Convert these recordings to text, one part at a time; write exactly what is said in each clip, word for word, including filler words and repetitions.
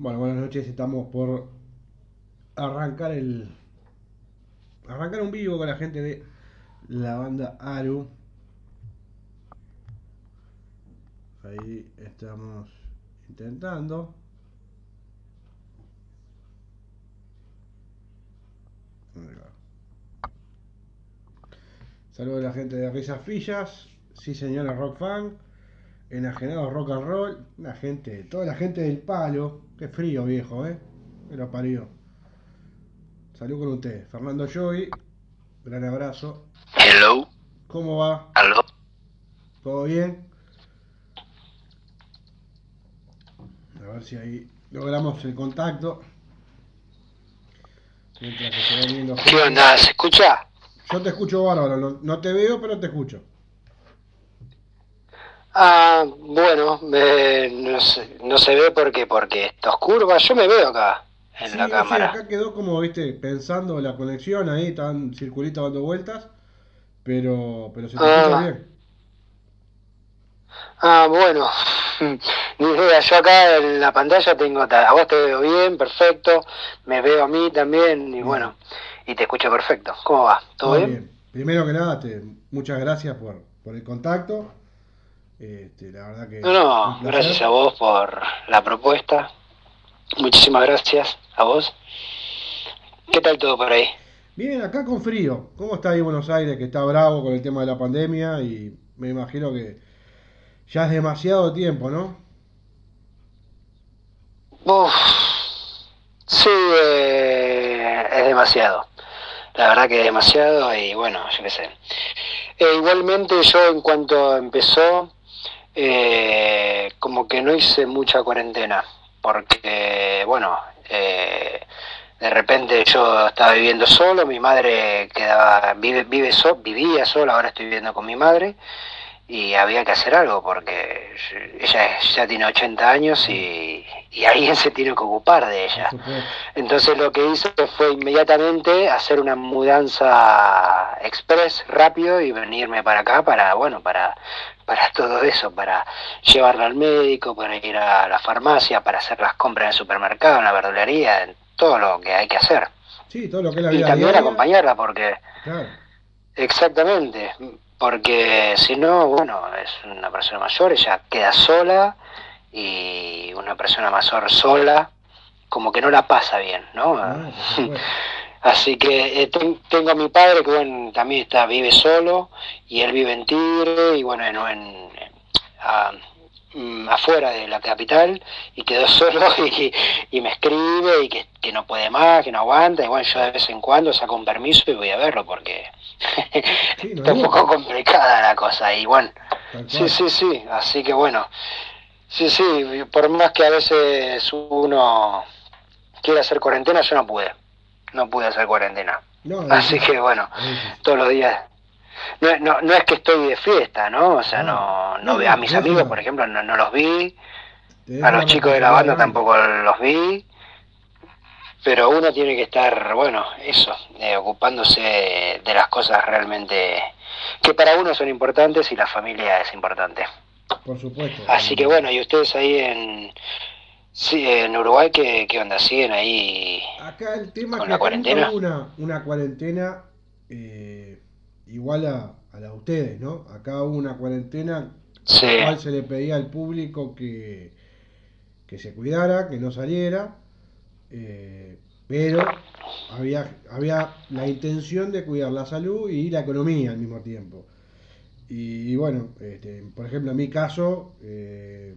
Bueno, buenas noches. Estamos por arrancar el arrancar un vivo con la gente de la banda Aru. Ahí estamos intentando. Ahí va. Saludos a la gente de Risas Fillas. Sí, señora Rock Fan. Enajenados Rock and Roll. La gente, toda la gente del palo. Qué frío, viejo, eh. Me lo parió. Salud con usted, Fernando Joy. Gran abrazo. Hello, ¿Cómo va? aló. ¿Todo bien? A ver si ahí logramos el contacto. Mientras que se va uniendo ¿Qué gente. onda? ¿Se escucha? Yo te escucho bárbaro, no, no te veo, pero te escucho. Ah, bueno, me- no se, no se ve porque porque está oscuro. Va, yo me veo acá en la Sí, no sé, cámara. acá quedó como, viste, pensando la conexión ahí, tan circulito dando vueltas, pero, pero se te escucha Ah, bien. ah, bueno, ni idea. Yo acá en la pantalla tengo, ta- a vos te veo bien, perfecto. Me veo a mí también y Bien, bueno, y te escucho perfecto. ¿Cómo va? ¿Todo todo bien? bien. Primero que nada, te, muchas gracias por, por el contacto. Este, la verdad No, que un no, gracias placer. a vos por la propuesta. Muchísimas gracias a vos. ¿Qué tal todo por ahí? Bien, acá con frío. ¿Cómo está ahí Buenos Aires, que está bravo con el tema de la pandemia? Y me imagino que ya es demasiado tiempo, ¿no? Uf, sí, eh, es demasiado. La verdad que es demasiado y bueno, yo qué sé. E igualmente yo en cuanto empezó, eh, como que no hice mucha cuarentena, porque bueno, eh, de repente yo estaba viviendo solo, mi madre quedaba, vive, vive so, vivía sola, ahora estoy viviendo con mi madre, y había que hacer algo porque ella ya tiene ochenta años Sí, y, y alguien se tiene que ocupar de por ella. supuesto. Entonces lo que hice fue inmediatamente hacer una mudanza express rápido y venirme para acá para, bueno, para, para todo eso, para llevarla al médico, para ir a la farmacia, para hacer las compras en el supermercado, en la verdulería, en todo lo que hay que hacer. Sí, todo lo que es la Y vida también diaria, acompañarla porque claro. exactamente, porque si no, bueno, es una persona mayor, ella queda sola y una persona mayor sola como que no la pasa bien, ¿no? No, por supuesto. Así que eh, ten, tengo a mi padre que bueno, también está, vive solo y él vive en Tigre y bueno, en, en, a, mm, afuera de la capital y quedó solo y, y me escribe y que, que no puede más, que no aguanta y bueno, yo de vez en cuando saco un permiso y voy a verlo porque Sí, no está hay un poco otra, complicada la cosa y bueno, tal sí, cual. sí, sí, así que bueno, sí, sí, por más que a veces uno quiera hacer cuarentena, yo no pude, no pude hacer cuarentena. No, es Así difícil, que bueno, es difícil. todos los días. No, no, no es que estoy de fiesta, ¿no? O sea, Claro. no, no No, ve- a no, mis tenés amigos, por una, ejemplo, no, no los vi, tenés a una los chicos de la responsabilidad banda grande. tampoco los vi, pero uno tiene que estar, bueno, eso, eh, ocupándose de las cosas realmente que para uno son importantes y la familia es importante. Por supuesto. Así que Y bueno, y ustedes ahí en, sí, en Uruguay, ¿qué, qué onda? ¿Siguen ahí acá el tema es con que la acá nunca hubo cuarentena? una, una cuarentena eh, igual a, a la de ustedes, ¿no? Acá hubo una cuarentena en Sí, la cual se le pedía al público que, que se cuidara, que no saliera, eh, pero había, había la intención de cuidar la salud y la economía al mismo tiempo. Y, y bueno, este, por ejemplo, en mi caso, eh,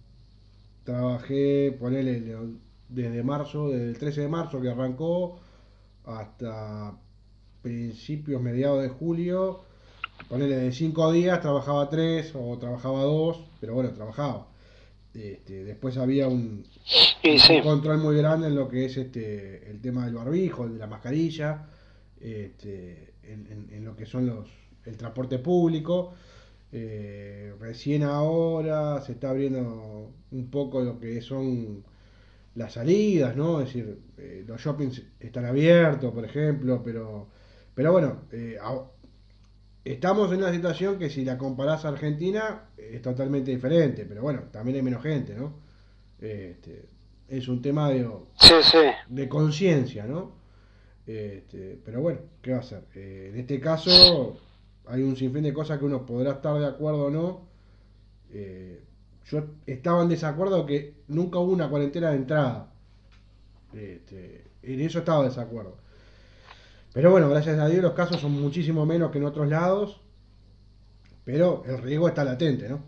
trabajé, ponele, desde marzo, desde el trece de marzo que arrancó hasta principios, mediados de julio, ponele de cinco días, trabajaba tres o trabajaba dos, pero bueno, trabajaba. Este, después había un, y un, un sí, control muy grande en lo que es este el tema del barbijo, el de la mascarilla, este, en, en, en lo que son los el transporte público. Eh, recién ahora se está abriendo un poco lo que son las salidas, ¿no? Es decir, eh, los shoppings están abiertos, por ejemplo, pero, pero bueno, eh, a- estamos en una situación que si la comparás a Argentina es totalmente diferente, pero bueno, también hay menos gente, ¿no? Este, es un tema de, Sí, sí. de conciencia, ¿no? Este, pero bueno, ¿qué va a ser? Eh, en este caso hay un sinfín de cosas que uno podrá estar de acuerdo o no. Eh, yo estaba en desacuerdo que nunca hubo una cuarentena de entrada. Este, en eso estaba de desacuerdo. Pero bueno, gracias a Dios los casos son muchísimo menos que en otros lados, pero el riesgo está latente, ¿no?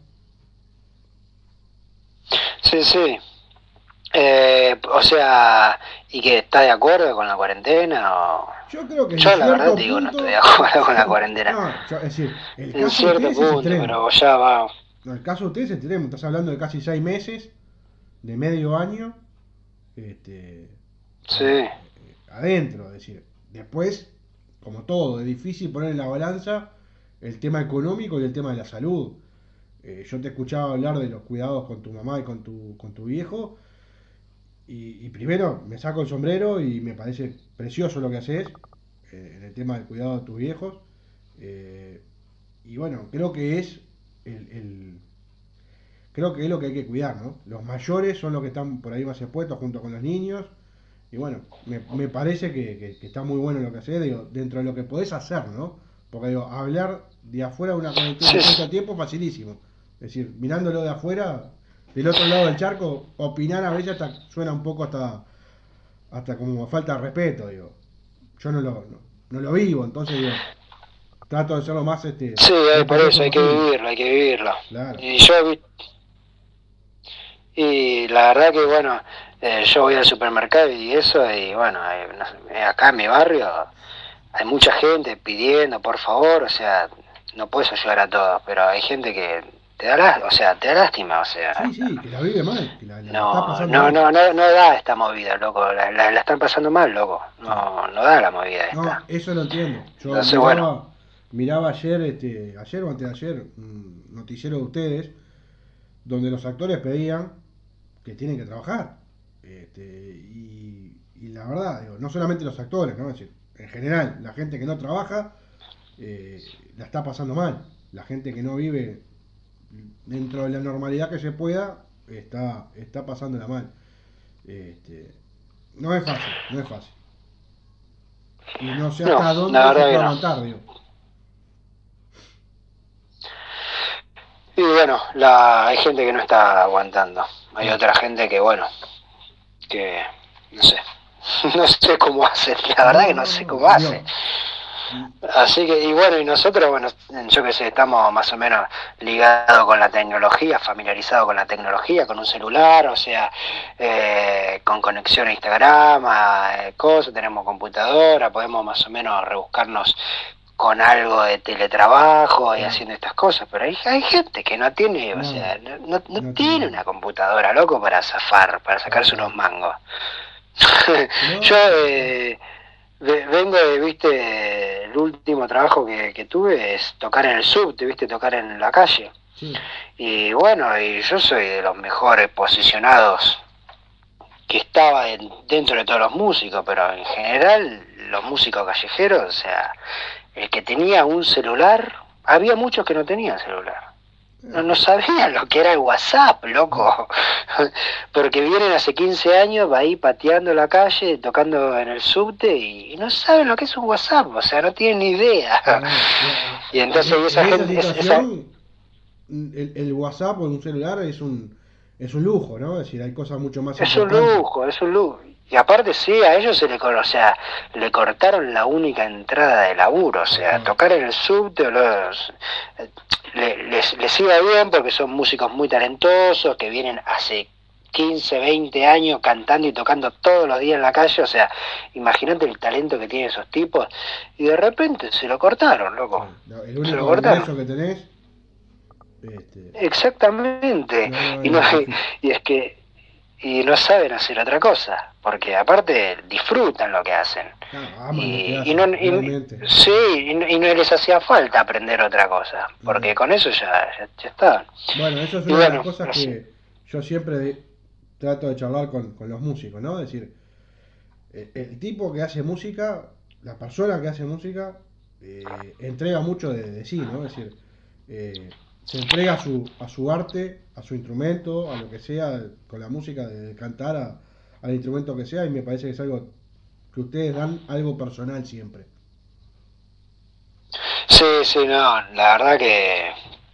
Sí, sí. Eh, o sea, ¿y que está de acuerdo con la cuarentena? O... Yo creo que en Yo la verdad cierto te digo, no estoy de punto, acuerdo con la cuarentena. no, yo- es decir, el En caso de cierto ustedes es punto, extremo. pero ya va. No, el caso de ustedes es extremo, estás hablando de casi seis meses, de medio año, este, Sí, eh, eh, adentro, es decir, después, como todo, es difícil poner en la balanza el tema económico y el tema de la salud. Eh, yo te escuchaba hablar de los cuidados con tu mamá y con tu, con tu viejo, y, y primero me saco el sombrero y me parece precioso lo que haces eh, en el tema del cuidado de tus viejos. Eh, y bueno, creo que es el, el- creo que es lo que hay que cuidar, ¿no? Los mayores son los que están por ahí más expuestos junto con los niños. Y bueno, me, me parece que, que- que está muy bueno lo que haces, digo, dentro de lo que podés hacer, ¿no? Porque digo, hablar de afuera de una cuarentena sí, en sí. tanto tiempo, facilísimo. Es decir, mirándolo de afuera, del otro lado del charco, opinar a veces hasta suena un poco hasta, hasta como falta de respeto, digo. Yo no lo, no, no lo vivo, entonces digo, trato de ser lo más este, Sí, hay- por respetuoso eso hay que posible. vivirlo, hay que vivirlo. Claro. Y yo, vi- y la verdad que bueno, eh, yo voy al supermercado y eso, y bueno, eh, no sé, eh, acá en mi barrio hay mucha gente pidiendo, por favor, o sea, no puedes ayudar a todos, pero hay gente que te da, lá- o sea, te da lástima, o sea, Sí, sí, que la vive mal, que la, la- la está no, pasando no, mal. no, no, no da esta movida, loco, la, la, la están pasando mal, loco, Sí. no, no da la movida No, esta. eso lo entiendo. Yo Entonces, bueno, miraba, miraba ayer, este, ayer o antes de ayer, un noticiero de ustedes, donde los actores pedían que tienen que trabajar. Este, y, y la verdad, digo, no solamente los actores, ¿no? Es decir, en general, la gente que no trabaja eh, la está pasando mal. La gente que no vive dentro de la normalidad que se pueda, está, está pasándola mal. Este, no es fácil, no es fácil. Y no sé no, hasta la dónde se verdad puede que no. aguantar, digo. Y bueno, la, hay gente que no está aguantando, hay Claro. otra gente que, bueno, que, no sé, no sé cómo hace, la verdad No, que no no, sé no. cómo hace. Digo, Así que, y bueno, y nosotros, bueno, yo que sé, estamos más o menos ligados con la tecnología, familiarizados con la tecnología, con un celular, o sea, eh, con conexión a Instagram, a eh, cosas, tenemos computadora, podemos más o menos rebuscarnos con algo de teletrabajo y claro. haciendo estas cosas, pero hay, hay gente que no tiene, o No, sea, no, no, no no tiene tiene. una computadora, loco, para zafar, para Tal sacarse unos cual. mangos. Yo No, sí, tal cual. eh, ve- vengo de, viste, el último trabajo que, que tuve es tocar en el subte, viste, tocar en la calle. Sí. Y bueno, y yo soy de los mejores posicionados que estaba en- dentro de todos los músicos, pero en general los músicos callejeros, o sea, el que tenía un celular, había muchos que no tenían celular. Es No, no que, sabían lo que era el WhatsApp, no, loco. Porque vienen hace quince años, va ahí pateando la calle, tocando en el subte y, y no saben lo que es un WhatsApp, o sea, no tienen ni idea. no. Bueno, Y en, entonces e- en esa esa gente, es, esa, situación, el, el WhatsApp o un celular es un, es un lujo, ¿no? Es decir, hay cosas mucho más es un importantes. lujo, es un lujo. Y aparte sí, a ellos se le, cor- o sea, le cortaron la única entrada de laburo, o Tal sea, cual. tocar en el subte o los, eh, le- les, les iba bien porque son músicos muy talentosos que vienen hace quince veinte años cantando y tocando todos los días en la calle, o sea, imagínate el talento que tienen esos tipos y de repente se lo cortaron, loco, Sí. No, el se lo único cortaron. ingreso que tenés, este, Exactamente. no, no, Y no es difícil. y es que y no saben hacer otra cosa, porque aparte disfrutan lo que hacen. Claro, aman lo que Y, y no hacen, y, realmente. sí, y no, y no les hacía falta aprender otra cosa, No, porque no. con eso ya, ya, ya estaban. Bueno, eso es Y una de las bueno, cosas así. que yo siempre de- trato de charlar con, con los músicos, ¿no? Es decir, el, el tipo que hace música, la persona que hace música, eh, entrega mucho de, de sí, ¿no? Es decir, eh, se entrega a su, a su arte, a su instrumento, a lo que sea, con la música, de, de cantar a, al instrumento que sea, y me parece que es algo que ustedes dan algo personal siempre. Sí, sí, no, la verdad que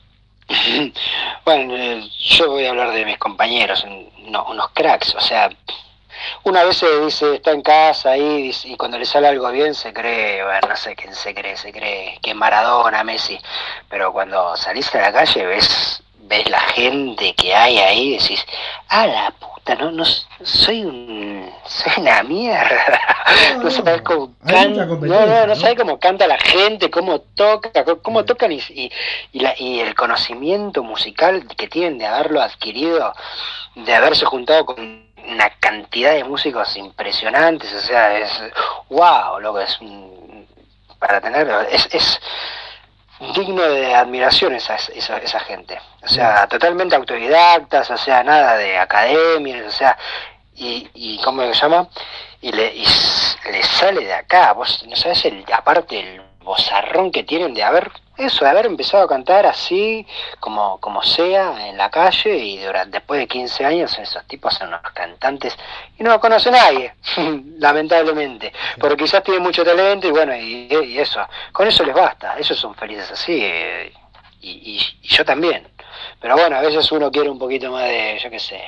bueno, eh, yo voy a hablar de mis compañeros, no, unos cracks, o sea, una vez se dice, está en casa ahí dice, y cuando le sale algo bien se cree, bueno, no sé quién se cree, se cree que es Maradona, Messi, pero cuando salís a la calle ves ves la gente que hay ahí, decís, a la puta, no, no, soy un, soy una mierda, No, no sabes no, cómo hay mucha can, no, no, competencia, no sabes ¿no? cómo canta la gente, cómo toca, cómo Sí, tocan y, y, y, la, y el conocimiento musical que tienen de haberlo adquirido, de haberse juntado con una cantidad de músicos impresionantes, o sea, es wow, lo que es para tener, es, es digno de admiración esa, esa, esa gente, o sí. sea, totalmente autodidactas, o sea, nada de academias, o sea, y, y ¿cómo se llama? Y le, y le sale de acá, vos no sabés, el, aparte el bozarrón que tienen de haber, eso, de haber empezado a cantar así, como, como sea, en la calle, y durante, después de quince años esos tipos son unos cantantes, y no lo conoce nadie, lamentablemente, Sí. porque quizás tienen mucho talento, y bueno, y, y eso, con eso les basta, ellos son felices así, eh, y, y, y yo también, pero bueno, a veces uno quiere un poquito más de, yo qué sé,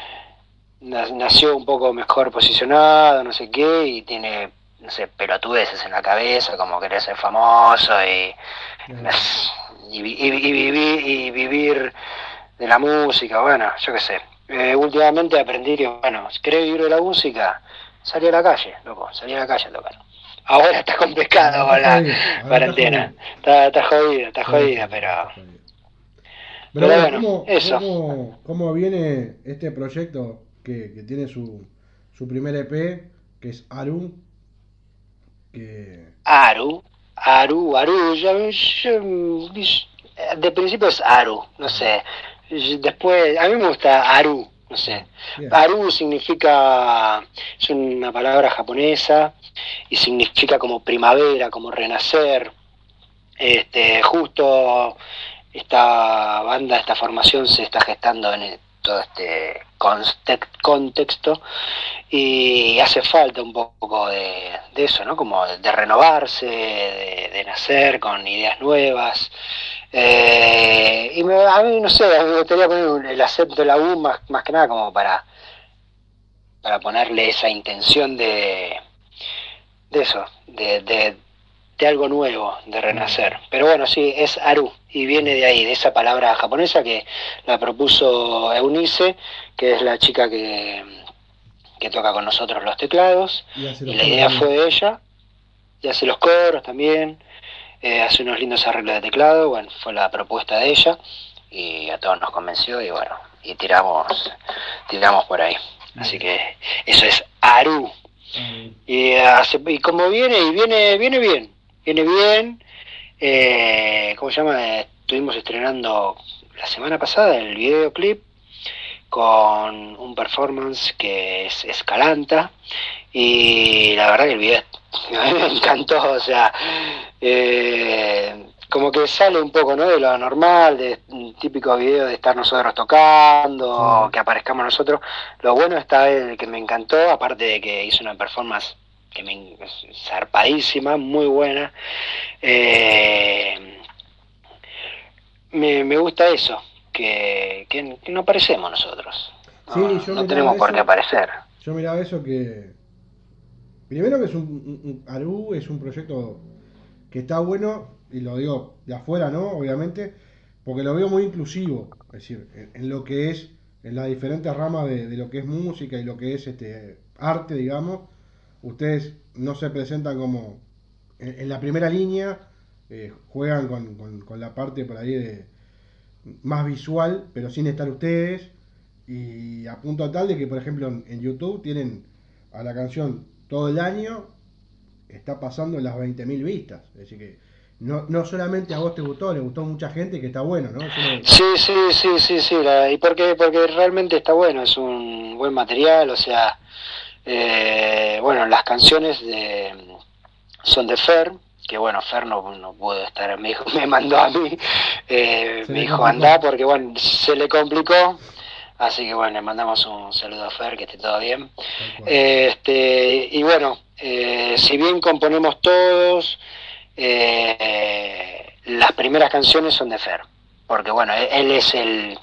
nació un poco mejor posicionado, no sé qué, y tiene, no sé, pelotudeces en la cabeza, como querer ser famoso y, Eh, y, y, y, vivir, y vivir de la música, bueno, yo qué sé. Eh, últimamente aprendí que, bueno, si querés vivir de la música, salí a la calle, loco, salí a la calle a tocar. Ahora está ahora complicado está con la jodido, ahora está cuarentena, jodido. está, está jodido, está Sí, jodida, sí, pero, ahora está jodido. Pero pero bueno, bueno, ¿cómo, eso. cómo, cómo viene este proyecto que, que tiene su, su primer E P, que es Aru, que... Aru, Aru, Aru, yo, yo- de principio es Aru, no Ah, sé. Después, a mí me gusta Aru, no ah, sé. bien, Aru significa, es una palabra japonesa y significa como primavera, como renacer. Este, justo esta banda, esta formación se está gestando en todo este contexto y hace falta un poco de, de eso, ¿no? Como de renovarse, de, de nacer con ideas nuevas. Eh, y me, a mí, no sé, a mí me gustaría poner el acento de la U más, más que nada como para, para ponerle esa intención de, de eso, de, de, de algo nuevo, de renacer. bien, Pero bueno, sí, es Aru y viene de ahí, de esa palabra japonesa que la propuso Eunice, que es la chica que, que toca con nosotros los teclados, y hace y los la coros idea fue también. de ella, y hace los coros también, eh, hace unos lindos arreglos de teclado, bueno, fue la propuesta de ella, y a todos nos convenció, y bueno, y tiramos, tiramos por ahí. Así Bien, que eso es Aru. Aru, Y, hace, y como viene, y viene, viene bien, viene bien, eh, ¿cómo se llama? Eh, Estuvimos estrenando la semana pasada el videoclip con un performance que es Escalanta y la verdad que el video me encantó, o sea, eh, como que sale un poco, ¿no?, de lo normal, de un típico video de estar nosotros tocando, sí. que aparezcamos nosotros. Lo bueno está el que me encantó, aparte de que hizo una performance que me zarpadísima, muy buena. Eh, me, me gusta eso, que, que, que no aparecemos nosotros. Sí, No, yo no miraba tenemos por qué eso, aparecer. yo miraba eso que... Primero que es un, un- un- Aru es un proyecto que está bueno, y lo digo de afuera, ¿no? Obviamente, porque lo veo muy inclusivo, es decir, en, en lo que es, en las diferentes ramas de, de lo que es música y lo que es este arte, digamos, ustedes no se presentan como en, en la primera línea, eh, juegan con, con- con la parte por ahí de más visual, pero sin estar ustedes, y a punto tal de que, por ejemplo, en, en YouTube tienen a la canción todo el año, está pasando las veinte mil vistas. Es decir que no, no solamente a vos te gustó, le gustó a mucha gente, que está bueno, ¿no? Yo lo- Sí, sí, sí, sí, sí, la, y porque, porque realmente está bueno, es un buen material, o sea, eh, bueno, las canciones de, son de Fer, que bueno, Fer no, no pudo estar, me, dijo, me mandó a mí, eh, se me le dijo anda, complicó. porque bueno, se le complicó, Así que bueno, le mandamos un saludo a Fer, que esté todo bien. Tal cual. Este, y bueno, eh, si bien componemos todos, eh, las primeras canciones son de Fer, porque bueno, él, él es el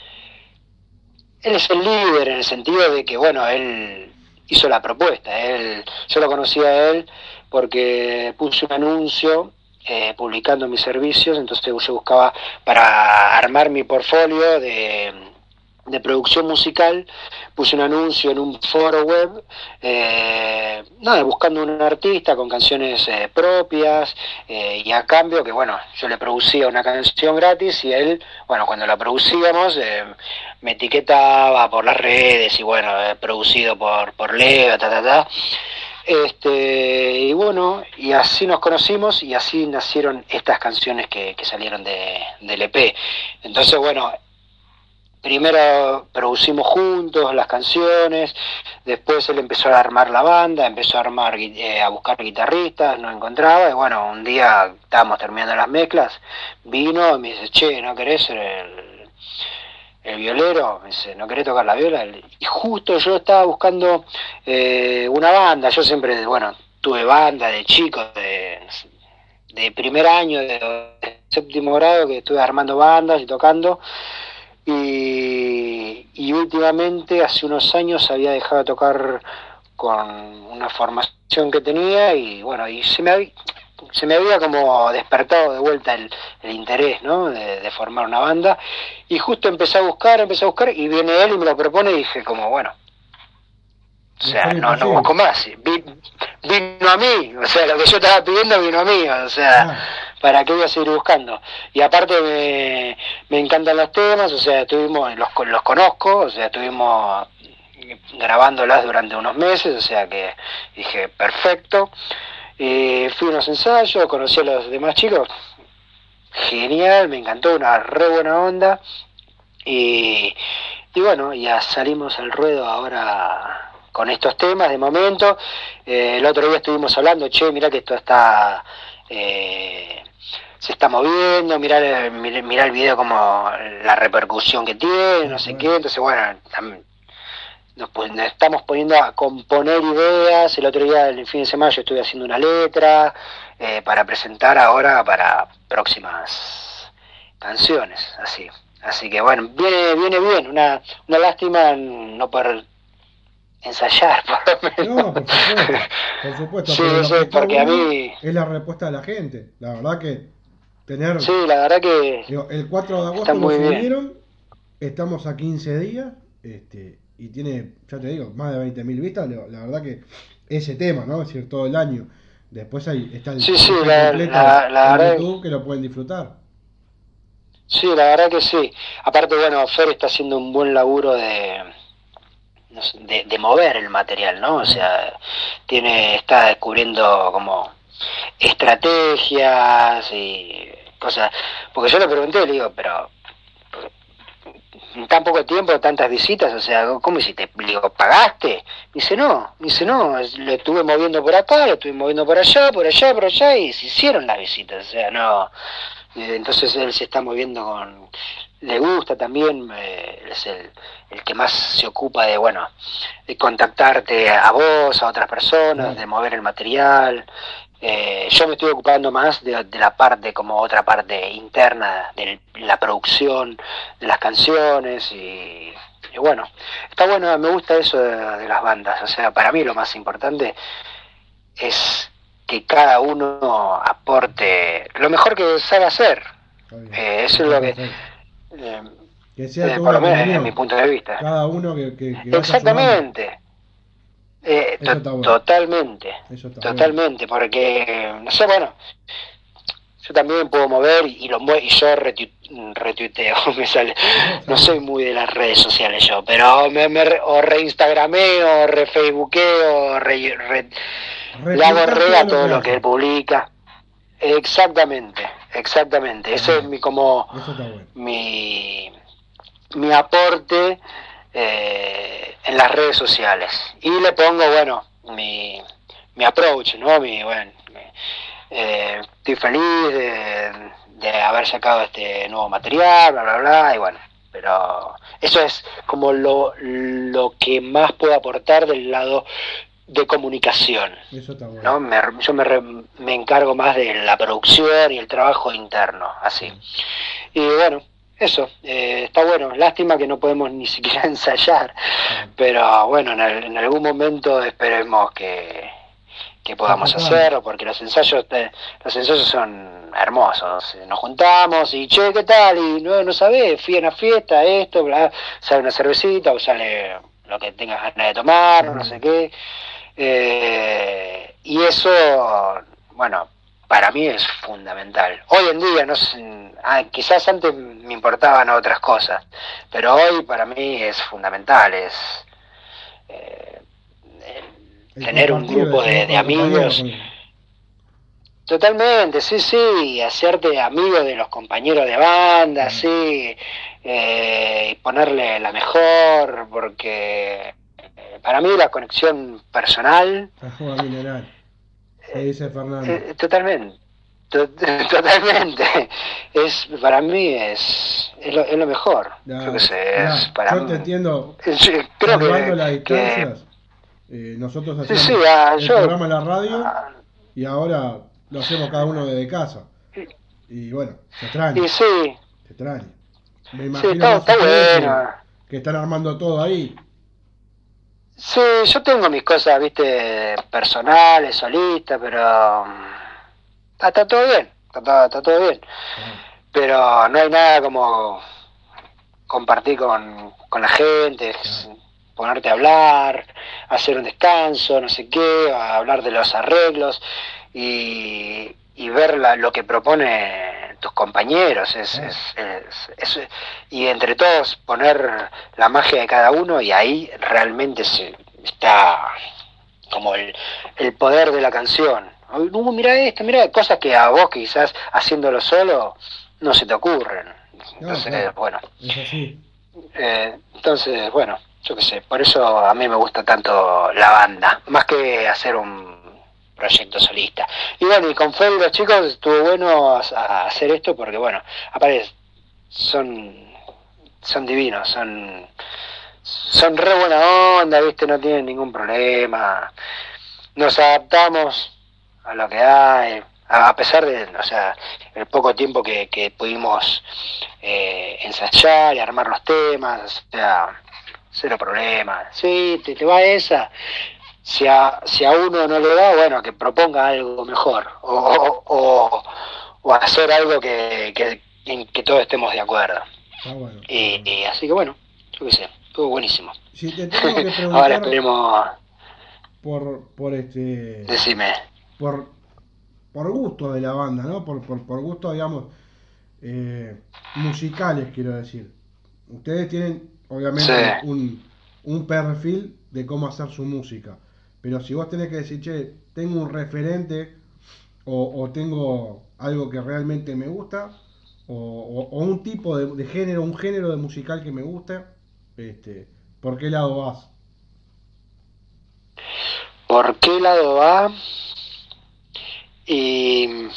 él es el líder en el sentido de que bueno, él hizo la propuesta, él, yo lo conocí a él porque puse un anuncio eh, publicando mis servicios, entonces yo buscaba para armar mi portfolio de, de producción musical, puse un anuncio en un foro web, eh, nada, buscando un artista con canciones eh, propias, eh, y a cambio que bueno, yo le producía una canción gratis y él, bueno, cuando la producíamos, eh, me etiquetaba por las redes y bueno, eh, producido por, por Leo, ta, ta, ta. Este, y bueno, y así nos conocimos y así nacieron estas canciones que, que salieron de, del E P. Entonces, bueno, primero producimos juntos las canciones, después él empezó a armar la banda, empezó a armar eh, a buscar guitarristas, no encontraba, y bueno, un día estábamos terminando las mezclas, vino y me dice, che, ¿no querés ser el, el violero? Me dice, ¿no querés tocar la viola? Y justo yo estaba buscando eh, una banda, yo siempre, bueno, tuve banda de chico, de, de primer año, de, de séptimo grado, que estuve armando bandas y tocando. Y, y últimamente, hace unos años, había dejado de tocar con una formación que tenía y bueno, y se me había, se me había como despertado de vuelta el, el interés, ¿no? De, de formar una banda. Y justo empecé a buscar, empecé a buscar y viene él y me lo propone y dije como, bueno, o sea, no, no busco más. Vino a mí, o sea, lo que yo estaba pidiendo vino a mí, o sea... Ah. ¿Para qué voy a seguir buscando? Y aparte me, me encantan los temas, o sea, estuvimos, los, los conozco, o sea, estuvimos grabándolas durante unos meses, o sea que dije, perfecto. Y fui a unos ensayos, conocí a los demás chicos, genial, me encantó, una re buena onda. Y, y bueno, ya salimos al ruedo ahora con estos temas de momento. Eh, el otro día estuvimos hablando, che, mirá que esto está... Eh, se está moviendo, mirar, mirar el video como la repercusión que tiene, no sé qué, entonces bueno, nos, nos estamos poniendo a componer ideas. El otro día, el fin de semana, yo estuve haciendo una letra eh, para presentar ahora para próximas canciones, así. Así que bueno, viene viene bien, una, una lástima no poder ensayar, por lo menos. No, por supuesto, por supuesto. Sí, pero sí, porque a mí... Es la respuesta de la gente, la verdad que tener... Sí, la verdad que... Digo, el cuatro de agosto lo subieron, estamos a quince días, este, y tiene, ya te digo, más de veinte mil vistas, la verdad que ese tema, ¿no? Es decir, todo el año. Después ahí está el sí, sí, la, completo la, la en verdad... YouTube que lo pueden disfrutar. Sí, la verdad que sí. Aparte, bueno, Fer está haciendo un buen laburo de... De, de mover el material, ¿no? O sea, tiene, está descubriendo como estrategias y cosas, porque yo le pregunté, le digo, pero en tan poco tiempo, tantas visitas, o sea, ¿cómo hiciste? Le digo, ¿pagaste? Me dice, no, me dice, no, lo estuve moviendo por acá, lo estuve moviendo por allá, por allá, por allá, y se hicieron las visitas, o sea, no, entonces él se está moviendo con... Le gusta también, eh, es el, el que más se ocupa de, bueno, de contactarte a vos, a otras personas, de mover el material. Eh, yo me estoy ocupando más de, de la parte, como otra parte interna de la producción de las canciones y, y bueno, está bueno, me gusta eso de, de las bandas. O sea, para mí lo más importante es que cada uno aporte lo mejor que sabe hacer. Eh, eso es lo que... Eh, que sea eh, por lo menos desde mi punto de vista. Cada uno que, que, que exactamente. Eh, to bueno. Totalmente. Totalmente, bueno. Porque, no sé, bueno, yo también puedo mover y, lo muevo, y yo retuiteo, me sale. No soy muy de las redes sociales yo, pero me, me o reinstagrameo, o refacebookeo, re, re, le hago re a todo lo que él publica. Exactamente, exactamente. Ese es mi como bueno. mi, mi aporte eh, en las redes sociales. Y le pongo, bueno, mi, mi approach, ¿no? Mi, bueno, eh, estoy feliz de, de haber sacado este nuevo material, bla, bla, bla, y bueno, pero eso es como lo, lo que más puedo aportar del lado de comunicación. Eso está bueno. ¿No? Me, yo me, re, me encargo más de la producción y el trabajo interno, así. Y bueno, eso, eh, está bueno. Lástima que no podemos ni siquiera ensayar, pero bueno, en, el, en algún momento esperemos que, que podamos hacerlo, porque los ensayos eh, los ensayos son hermosos. Nos juntamos y, che, ¿qué tal? Y no, no sabés, fui a una fiesta, esto, bla, sale una cervecita o sale lo que tengas ganas de tomar, no sé qué. Eh, y eso, bueno, para mí es fundamental. Hoy en día, no sé, ah, quizás antes me importaban otras cosas, pero hoy para mí es fundamental, es eh, tener un grupo de, de amigos. Totalmente, sí, sí, hacerte amigo de los compañeros de banda, sí, eh, y ponerle la mejor, porque para mí la conexión personal... Agua mineral, se dice Fernando. Eh, totalmente, to totalmente. Es, para mí es, es, lo, es lo mejor. Ya, yo que sé, es ya, para yo mí, te entiendo, es, creo salvando que, las distancias, que, eh, nosotros sí, hacíamos sí, ah, el yo, programa en la radio ah, y ahora lo hacemos cada uno desde casa. Y bueno, se extraña. Y sí. Se extraña. Me imagino sí, está, más está ustedes bueno. que, que están armando todo ahí. Sí, yo tengo mis cosas, viste, personales, solistas, pero está, está todo bien, está, está, está todo bien. Ah. Pero no hay nada como compartir con, con la gente, ah. ponerte a hablar, hacer un descanso, no sé qué, hablar de los arreglos y, y ver la, lo que propone tus compañeros, es, es, es, es, y entre todos poner la magia de cada uno, y ahí realmente se, está como el, el poder de la canción. Uh, mira esto, mira cosas que a vos quizás haciéndolo solo no se te ocurren. Entonces, no, claro, bueno. Es así. Eh, entonces, bueno, yo qué sé, por eso a mí me gusta tanto la banda, más que hacer un proyecto solista. Y bueno, y con Fede y los chicos estuvo bueno a, a hacer esto porque, bueno, aparte son, son divinos, son, son re buena onda, ¿viste? No tienen ningún problema. Nos adaptamos a lo que hay, a pesar de, o sea, el poco tiempo que, que pudimos eh, ensayar y armar los temas, o sea, cero problema. Sí, te, te va esa. Si a, si a uno no le da, bueno, que proponga algo mejor, o, o, o, o hacer algo que, que, en que todos estemos de acuerdo. Ah, bueno. Y, y así que bueno, yo qué sé, estuvo buenísimo. Si te tengo que preguntar... Ahora esperemos... Por, por este... Decime. Por, por gusto de la banda, ¿no? Por, por, por gusto, digamos, eh, musicales, quiero decir. Ustedes tienen, obviamente, sí. un, un perfil de cómo hacer su música. Pero si vos tenés que decir, che, tengo un referente o, o tengo algo que realmente me gusta o, o, o un tipo de, de género, un género de musical que me gusta, este, ¿por qué lado vas? ¿Por qué lado va? Y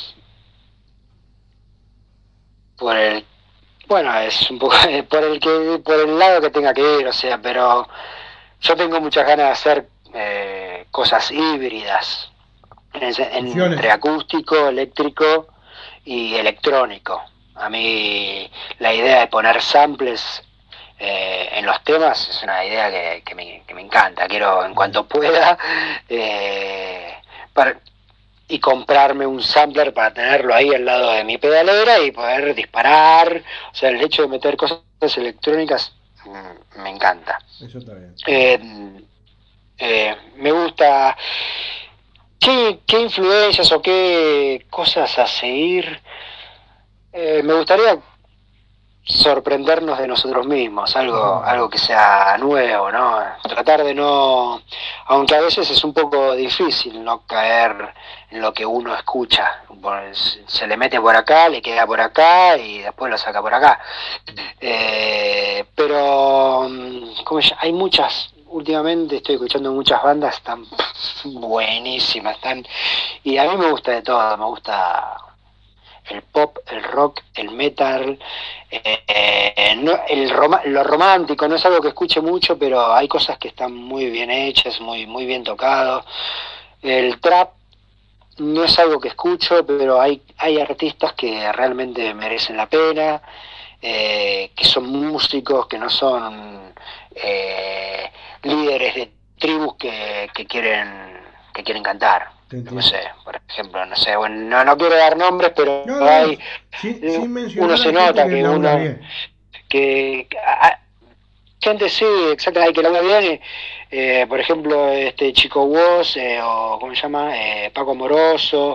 por el, bueno, es un poco por el que, por el lado que tenga que ir, o sea, pero yo tengo muchas ganas de hacer eh, cosas híbridas, en, entre acústico, eléctrico y electrónico. A mí la idea de poner samples eh, en los temas es una idea que, que, me, que me encanta. Quiero, en cuanto pueda, eh, para, y comprarme un sampler para tenerlo ahí al lado de mi pedalera y poder disparar. O sea, el hecho de meter cosas electrónicas mmm, me encanta. Eso está bien. Eh, eh, me gusta. ¿Qué, qué influencias o qué cosas a seguir? Eh, me gustaría sorprendernos de nosotros mismos, algo, algo que sea nuevo, ¿no? Tratar de no, aunque a veces es un poco difícil no caer en lo que uno escucha, se le mete por acá, le queda por acá y después lo saca por acá. Eh, pero, ¿cómo se llama? Hay muchas, últimamente estoy escuchando muchas bandas, están buenísimas, están, y a mí me gusta de todo, me gusta el pop, el rock, el metal, eh, no, el rom lo romántico no es algo que escuche mucho, pero hay cosas que están muy bien hechas, muy, muy bien tocado. El trap no es algo que escucho, pero hay, hay artistas que realmente merecen la pena, eh, que son músicos, que no son eh, líderes de tribus que, que quieren que quieren cantar. No sé, por ejemplo, no sé, bueno, no, no quiero dar nombres, pero No, no, no. hay Sin, sin uno mencionar, se hay gente nota que que labura uno bien. que a, gente sí, exacto, hay que lo viene, eh, por ejemplo, este Chico Woz, eh, o ¿cómo se llama? Eh, Paco Moroso,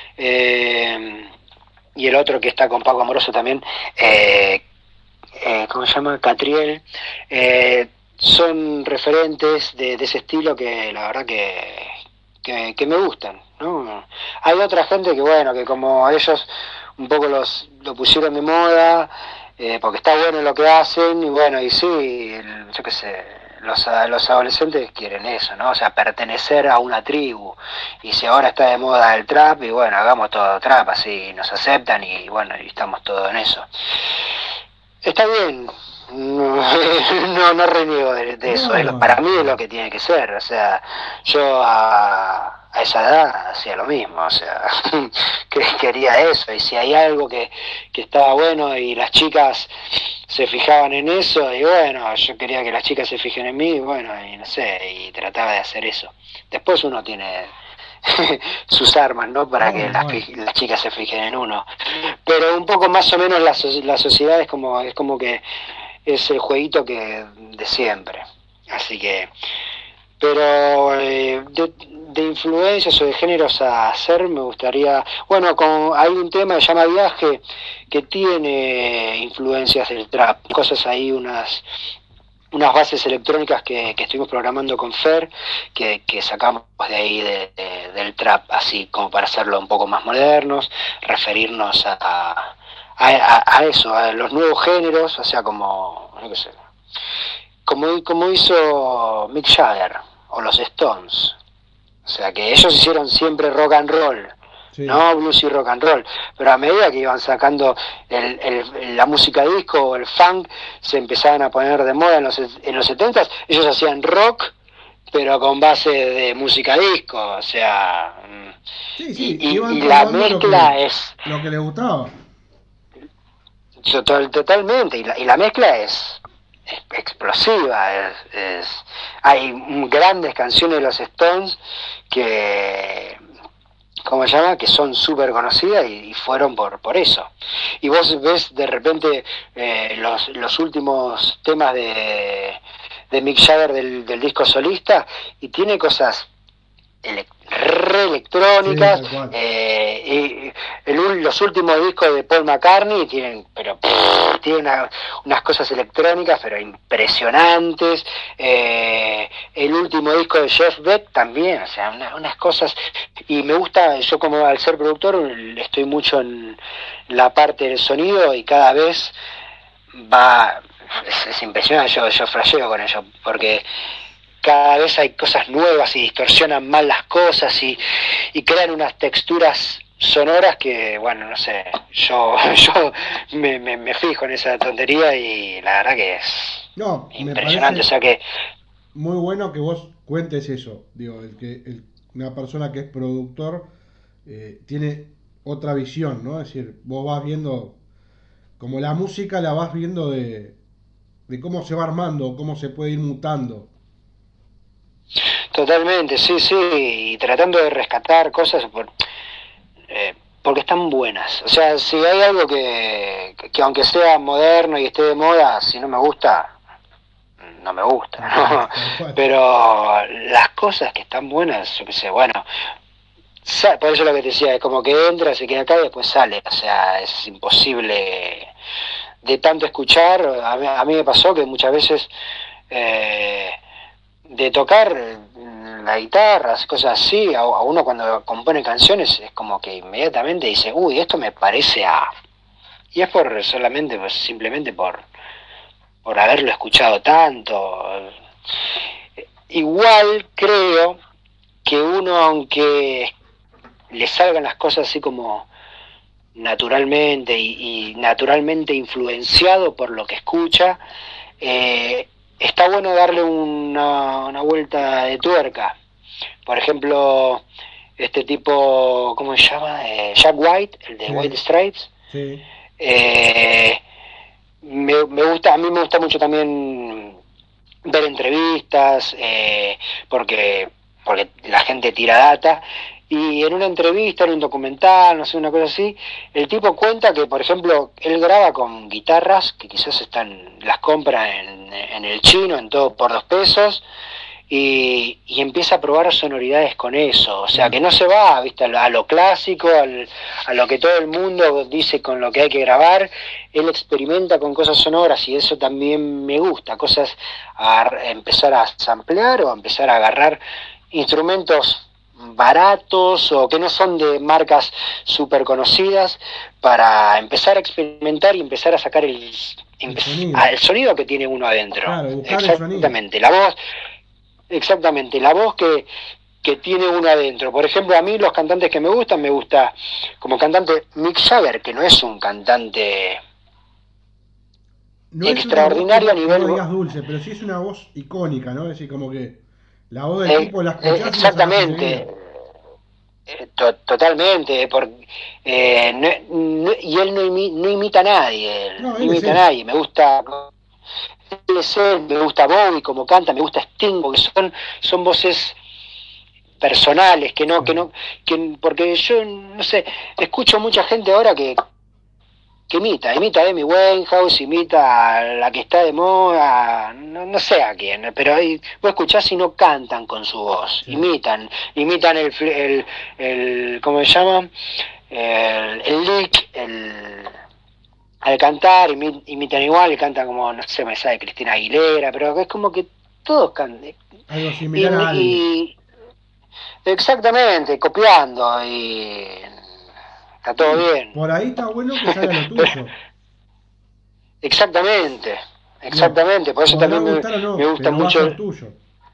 eh, y el otro que está con Paco Amoroso también, eh, eh, ¿cómo se llama? Catriel, eh, son referentes de, de ese estilo que la verdad que, que, que me gustan, ¿no? Hay otra gente que bueno, que como ellos un poco los lo pusieron de moda, eh, porque está bueno lo que hacen, y bueno, y sí, el, yo qué sé, los, los adolescentes quieren eso, ¿no? O sea, pertenecer a una tribu. Y si ahora está de moda el trap, y bueno, hagamos todo trap, así nos aceptan y bueno, y estamos todos en eso. Está bien, no, no, no reniego de, de eso, es lo, para No, mí es lo no. que tiene que ser, o sea, yo a, a esa edad hacía lo mismo, o sea, que quería eso, y si hay algo que, que estaba bueno y las chicas se fijaban en eso, y bueno, yo quería que las chicas se fijen en mí, y bueno, y no sé, y trataba de hacer eso. Después uno tiene sus armas, ¿no? Para que No, las, bueno. las chicas se fijen en uno. Pero un poco más o menos la, la sociedad es como, es como que es el jueguito que de siempre. Así que, pero eh, de, de influencias o de géneros a hacer me gustaría, bueno, con, hay un tema que se llama Viaje que tiene influencias del trap, cosas ahí, unas unas bases electrónicas que, que estuvimos programando con Fer, que, que sacamos de ahí de, de, del trap, así como para hacerlo un poco más modernos, referirnos a, a, a, a eso, a los nuevos géneros, o sea, como, no qué sé, como, como hizo Mick Jagger o los Stones. O sea, que ellos hicieron siempre rock and roll, Sí. no blues y rock and roll, pero a medida que iban sacando el, el, la música disco o el funk, se empezaban a poner de moda en los, en los setentas, ellos hacían rock, pero con base de música disco, o sea, Sí, y, sí, y, iban y la tomando lo que, mezcla es lo que les gustaba. total, totalmente, y la, y la mezcla es explosiva, es, es, hay grandes canciones de los Stones que, ¿cómo se llama? Que son súper conocidas y, y fueron por, por eso. Y vos ves de repente eh, los, los últimos temas de, de Mick Jagger del, del disco solista y tiene cosas ele re Sí, electrónicas, tal cual. eh, y el, los últimos discos de Paul McCartney tienen, pero pff, tienen una, unas cosas electrónicas pero impresionantes, eh, el último disco de Jeff Beck también, o sea, una, unas cosas, y me gusta, yo como al ser productor estoy mucho en la parte del sonido y cada vez va, es, es impresionante, yo, yo flasheo con ello, porque cada vez hay cosas nuevas y distorsionan mal las cosas y, y crean unas texturas sonoras que, bueno, no sé, yo, yo me, me, me fijo en esa tontería y la verdad que es No, me impresionante, o parece sea que muy bueno que vos cuentes eso. Digo, el que el- una persona que es productor eh, tiene otra visión, ¿no? Es decir, vos vas viendo, como la música la vas viendo de, de cómo se va armando, cómo se puede ir mutando. totalmente, sí, sí, y tratando de rescatar cosas por, eh, porque están buenas. O sea, si hay algo que, que aunque sea moderno y esté de moda, si no me gusta, no me gusta, Tal cual, ¿no? tal cual. Pero las cosas que están buenas, yo qué sé, bueno, por eso lo que te decía, es como que entra, se queda acá y después sale, o sea, es imposible de tanto escuchar, a mí, a mí me pasó que muchas veces eh, de tocar la guitarra, cosas así, a, a uno cuando compone canciones es como que inmediatamente dice, uy, esto me parece a... Y es por solamente, pues simplemente por, por haberlo escuchado tanto. Igual creo que uno, aunque le salgan las cosas así como naturalmente y, y naturalmente influenciado por lo que escucha, eh, está bueno darle una, una vuelta de tuerca. Por ejemplo, este tipo, ¿cómo se llama? Eh, Jack White, el de Sí, White Stripes. sí. Eh, me, me gusta, a mí me gusta mucho también ver entrevistas, eh, porque, porque la gente tira data. Y en una entrevista, en un documental, no sé, una cosa así, el tipo cuenta que, por ejemplo, él graba con guitarras que quizás están, las compra en, en el chino, en todo por dos pesos, y, y empieza a probar sonoridades con eso, o sea, Claro. que no se va, ¿viste? A, lo, a lo clásico, al, a lo que todo el mundo dice con lo que hay que grabar. Él experimenta con cosas sonoras y eso también me gusta, cosas a, a empezar a samplear o a empezar a agarrar instrumentos baratos o que no son de marcas súper conocidas para empezar a experimentar y empezar a sacar el, El empe- sonido. ah, el sonido que tiene uno adentro. Claro, buscar el sonido. Exactamente, la voz, exactamente, la voz que, que tiene uno adentro. Por ejemplo, a mí los cantantes que me gustan, me gusta como cantante Mick Jagger, que no es un cantante No es una voz que extraordinario a no, que no nivel... digas dulce, pero sí es una voz icónica, ¿no? Es decir, como que la voz del eh, tipo la eh, escuchás y la sacás enseguida. exactamente, eh, to- totalmente, por, eh, no- no- y él no, imi- no imita a nadie, él, No, no él es imita a él. nadie, me gusta... él es él, me gusta Bowie como canta, me gusta Sting, porque son, son voces personales, que no, que Claro. no, que, porque yo, no sé, escucho mucha gente ahora que, que imita, imita a Amy Winehouse, imita a la que está de moda, no, no sé a quién, pero ahí vos escuchás y no cantan con su voz, Sí. imitan, imitan el, el, el ¿cómo se llama? El, el lick, el, al cantar, imi- imitan igual, y cantan como, no sé, me sale Cristina Aguilera, pero es como que todos cantan. Algo Y, similar a algo. y exactamente, copiando y está todo Sí, bien. por ahí está bueno que salga lo Pero, tuyo. exactamente, Digo, exactamente, por eso podrá también me, gustar o me no, gusta pero va a mucho, ser tuyo.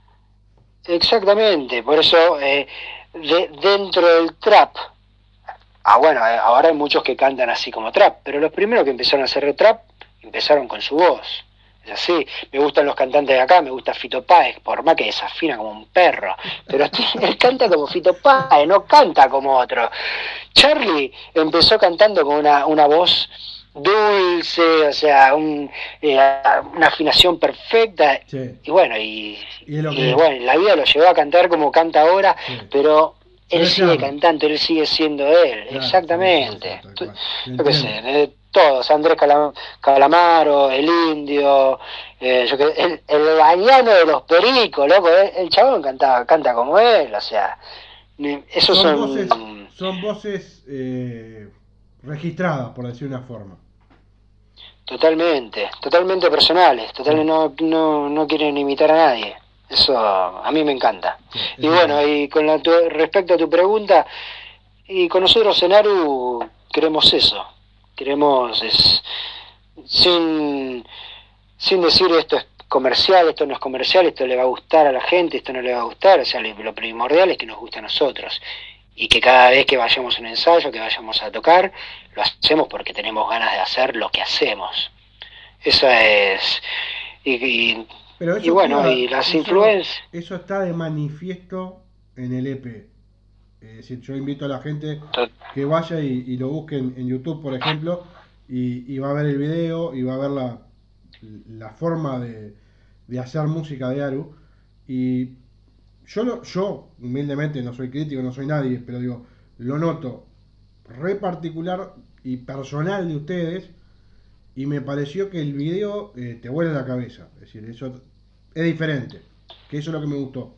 exactamente, por eso eh, de, dentro del trap, ah bueno, eh, ahora hay muchos que cantan así como trap, pero los primeros que empezaron a hacer trap empezaron con su voz. Es así, me gustan los cantantes de acá, me gusta Fito Páez, por más que desafina como un perro, pero él canta como Fito Páez, no canta como otro. Charlie empezó cantando con una, una voz dulce, o sea, un, eh, una afinación perfecta, Sí, y bueno, y, y es lo y que es. bueno, la vida lo llevó a cantar como canta ahora, Sí. pero Pero él es sigue Charlie. cantando, él sigue siendo él, Claro, sí, sí, sí, exactamente. tal Tú- cual. Te Yo qué sé, entiendo. eh, todos, Andrés Calam- Calamaro, el Indio, eh, yo que, el, el bañano de los pericos, loco, el, el chabón cantaba, canta como él, o sea, ni- esos Son voces, son son voces eh, registradas, por decir una forma. totalmente, totalmente personales, Sí, totalmente no, no, no quieren imitar a nadie. Eso a mí me encanta. sí, Y eso está bueno, bueno. y con la, tu, respecto a tu pregunta, y con nosotros en Aru queremos eso, queremos es, sin, sin decir esto es comercial, esto no es comercial, esto le va a gustar a la gente, esto no le va a gustar, o sea, lo primordial es que nos guste a nosotros y que cada vez que vayamos a un ensayo, que vayamos a tocar, lo hacemos porque tenemos ganas de hacer lo que hacemos. Eso es, y, y, Pero y eso bueno, queda, y las eso, influencias, eso está de manifiesto en el E P. Es decir, yo invito a la gente to- que vaya y, y lo busque en, en YouTube, por ejemplo, y, y va a ver el video y va a ver la, la forma de, de hacer música de Aru. Y yo, lo, yo, humildemente, no soy crítico, no soy nadie, pero digo, lo noto re particular y personal de ustedes. Y me pareció que el video eh, te vuela la cabeza. Es decir, eso es diferente. Que eso es lo que me gustó.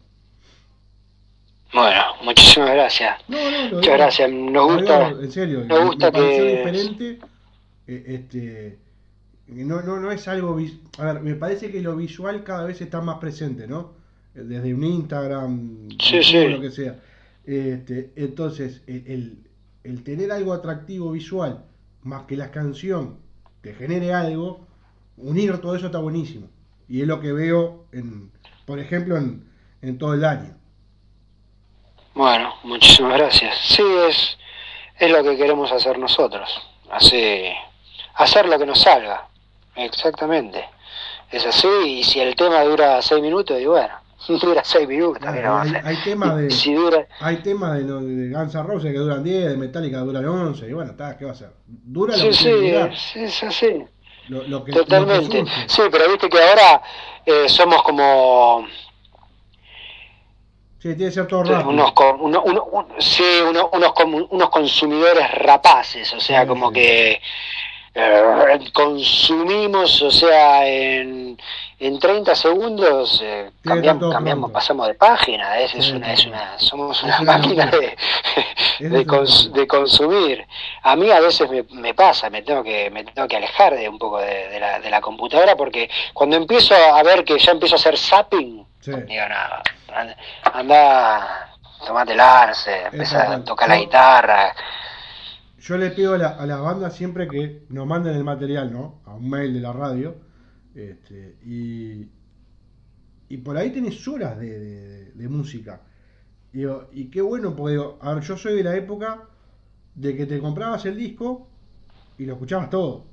bueno, muchísimas gracias. No, no, lo Muchas digo, gracias, nos lo gusta, digo en serio. nos Me, me gusta pareció que diferente. eh, este, no, no, no es algo. vis- A ver, me parece que lo visual cada vez está más presente, ¿no? Eh, Desde un Instagram, sí, YouTube, sí, lo que sea. Este, entonces, el, el, el tener algo atractivo visual, más que la canción te genere algo, unir todo eso está buenísimo. Y es lo que veo, en, por ejemplo, en, en todo el año. bueno, muchísimas gracias. Sí, es, es lo que queremos hacer nosotros, hacer, hacer lo que nos salga, exactamente, es así, y si el tema dura seis minutos, y bueno, dura seis minutos, también Claro, lo y vamos hay, a hacer, hay temas y de si dura, hay temas de, lo- de Guns N' Roses que duran diez, de Metallica que duran once, y bueno, está, ¿qué va a ser? Dura lo sí, que tiene que sí, durar, es, es así, lo, lo que, lo que totalmente, surge. sí, pero viste que ahora eh, somos como Sí, tiene que ser todo unos, rápido. uno, uno, un, sí, uno, unos, unos consumidores rapaces, o Sí, sea, como sí, sí. que eh, consumimos, o sea, en, en treinta segundos eh, Tiene que estar cambiamos, todo cambiamos, pronto. pasamos de página, es, Sí, es una, tal es cual. una, somos Es una una máquina locura. de, Eso de, es una cons, locura. de consumir. A mí a veces me, me pasa, me tengo que, me tengo que alejar de un poco de, de, la, de la computadora porque cuando empiezo a ver que ya empiezo a hacer zapping, Sí, digo, no, anda, anda tomate el arce, es tal empezá a cual. tocar la Yo, guitarra. yo le pido a, la- a las bandas siempre que nos manden el material, ¿no? A un mail de la radio. Este, y, y por ahí tenés horas de, de- de música. Digo, y qué bueno, porque digo, a ver, yo soy de la época de que te comprabas el disco y lo escuchabas todo.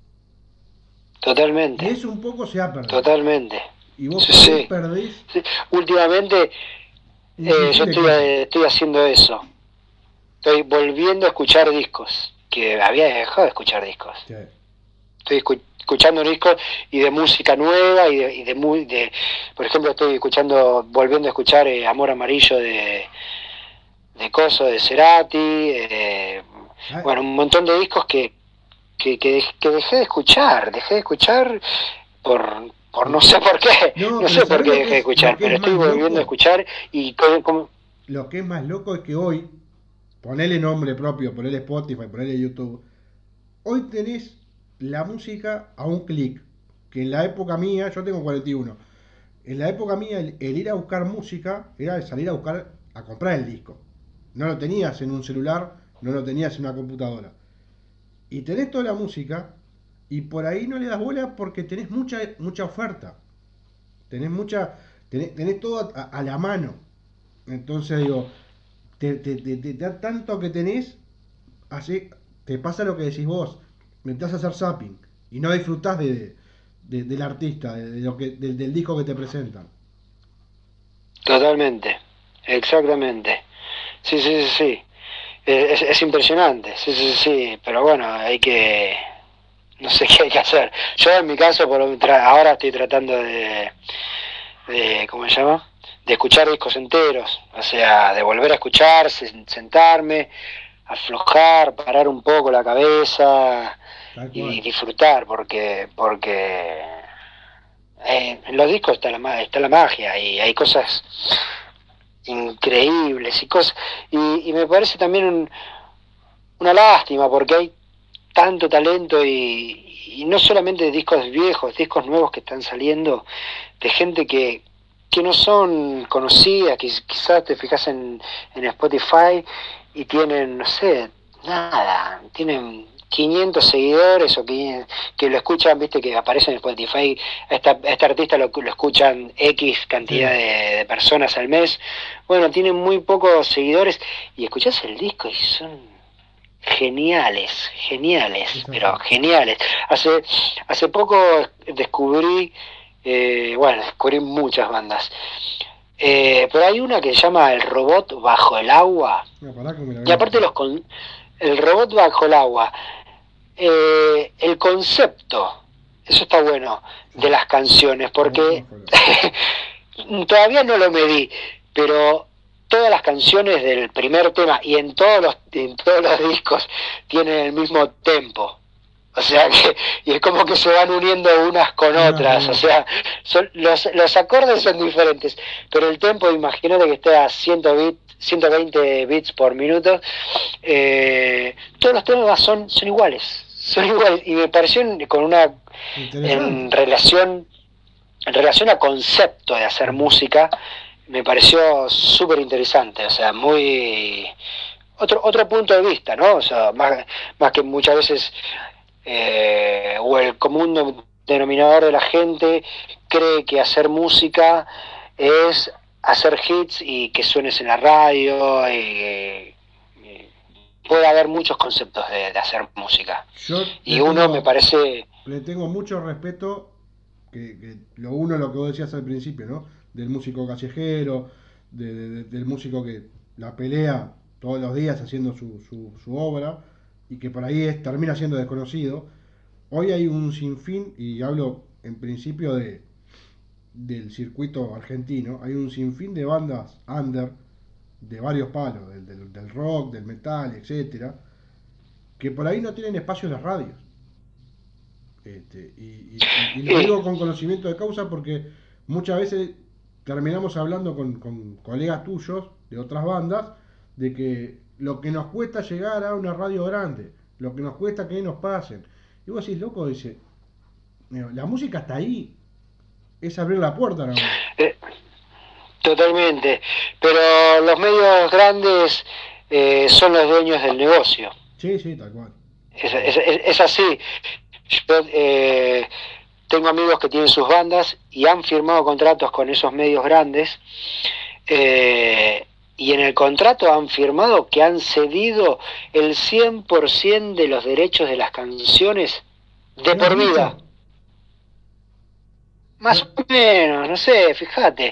Y Totalmente, eso un poco se ha perdido. totalmente. Y vos Sí, por ahí sí. perdés Sí. Últimamente un eh, yo sinfín de estoy, cosas. eh, estoy haciendo eso. Estoy volviendo a escuchar discos, que había dejado de escuchar discos. Sí. Estoy escu- escuchando discos y de música nueva y de, y de, muy, de por ejemplo, estoy escuchando, volviendo a escuchar eh, Amor Amarillo de, de Coso, de Cerati, eh, Ah, bueno, un montón de discos que, que, que, dej- que dejé de escuchar, dejé de escuchar por, por no sé por qué, no, no pero sé por ¿sabés qué lo que dejé de es lo escuchar, que es pero estoy más volviendo a loco? escuchar y como, como Lo que es más loco es que hoy, ponele nombre propio, ponele Spotify, ponele YouTube, hoy tenés la música a un clic. Que en la época mía, yo tengo cuarenta y uno, en la época mía el, el ir a buscar música era salir a buscar, a comprar el disco. No lo tenías en un celular, no lo tenías en una computadora. Y tenés toda la música y por ahí no le das bola porque tenés mucha, mucha oferta. Tenés mucha, tenés, tenés todo a, a la mano. Entonces digo, te, te, te, te da tanto que tenés, así te pasa lo que decís vos, metés a hacer zapping y no disfrutás de, de- del artista, de, de lo que, del, del disco que te presentan. totalmente, exactamente. Sí, sí, sí, sí. Eh, Es, es impresionante, sí, sí, sí, pero bueno, hay que, no sé qué hay que hacer. Yo en mi caso, por ahora estoy tratando de, de, ¿cómo se llama? De escuchar discos enteros, o sea, de volver a escuchar, sentarme, aflojar, parar un poco la cabeza Tal y cual. disfrutar, porque, porque eh, en los discos está la, está la magia y hay cosas increíbles y cosas, y, y me parece también un, una lástima porque hay tanto talento y, y no solamente de discos viejos, discos nuevos que están saliendo, de gente que, que no son conocidas, que quizás te fijas en, en Spotify y tienen, no sé, nada, tienen quinientos seguidores o que, que lo escuchan, viste que aparece en Spotify, a, esta, a este artista lo, lo escuchan X cantidad Sí, de, de personas al mes, bueno, tienen muy pocos seguidores y escuchás el disco y son geniales, geniales, es pero así. geniales. Hace, hace poco descubrí, eh, bueno, descubrí muchas bandas, eh, pero hay una que se llama El Robot Bajo el Agua, No, pará que me lo voy y a aparte anotar. los con, El Robot Bajo el Agua, eh, el concepto, eso está bueno, Sí, de las canciones, robot porque bajo el agua. todavía no lo medí, pero todas las canciones del primer tema y en todos los, en todos los discos tienen el mismo tempo. O sea que, y es como que se van uniendo unas con Una con otras, o otra. sea, son, los, los acordes son diferentes, pero el tempo, imagínate que esté a cien bit, ciento veinte bits por minuto, eh, todos los temas son, son iguales, son iguales, y me pareció en- con una, en Interesante. relación en relación a concepto de hacer Ujú. música, me pareció súper interesante, o sea, muy otro otro punto de vista, ¿no? O sea, más, más que muchas veces eh, o el común denominador de la gente cree que hacer música es hacer hits y que suenes en la radio y, y, puede haber muchos conceptos de, de hacer música. Yo y uno tengo, me parece... Le tengo mucho respeto, que, que lo uno lo que vos decías al principio, ¿no? Del músico callejero, de, de, del músico que la pelea todos los días haciendo su, su, su obra y que por ahí es, termina siendo desconocido. Hoy hay un sinfín, y hablo en principio de del circuito argentino, hay un sinfín de bandas under de varios palos, del, del, del rock, del metal, etcétera, que por ahí no tienen espacio en las radios. Este, y, y, y, lo digo con conocimiento de causa porque muchas veces terminamos hablando con, con colegas tuyos de otras bandas de que lo que nos cuesta llegar a una radio grande, lo que nos cuesta que nos pasen. Y vos decís, loco, dice, la música está ahí, es abrir la puerta nada más. Eh, totalmente, pero los medios grandes eh, son los dueños del negocio. Sí, sí, tal cual. Es, es, es, es así. Yo eh, tengo amigos que tienen sus bandas y han firmado contratos con esos medios grandes eh, y en el contrato han firmado que han cedido el cien por ciento de los derechos de las canciones de por vida. Más o menos, no sé, fíjate.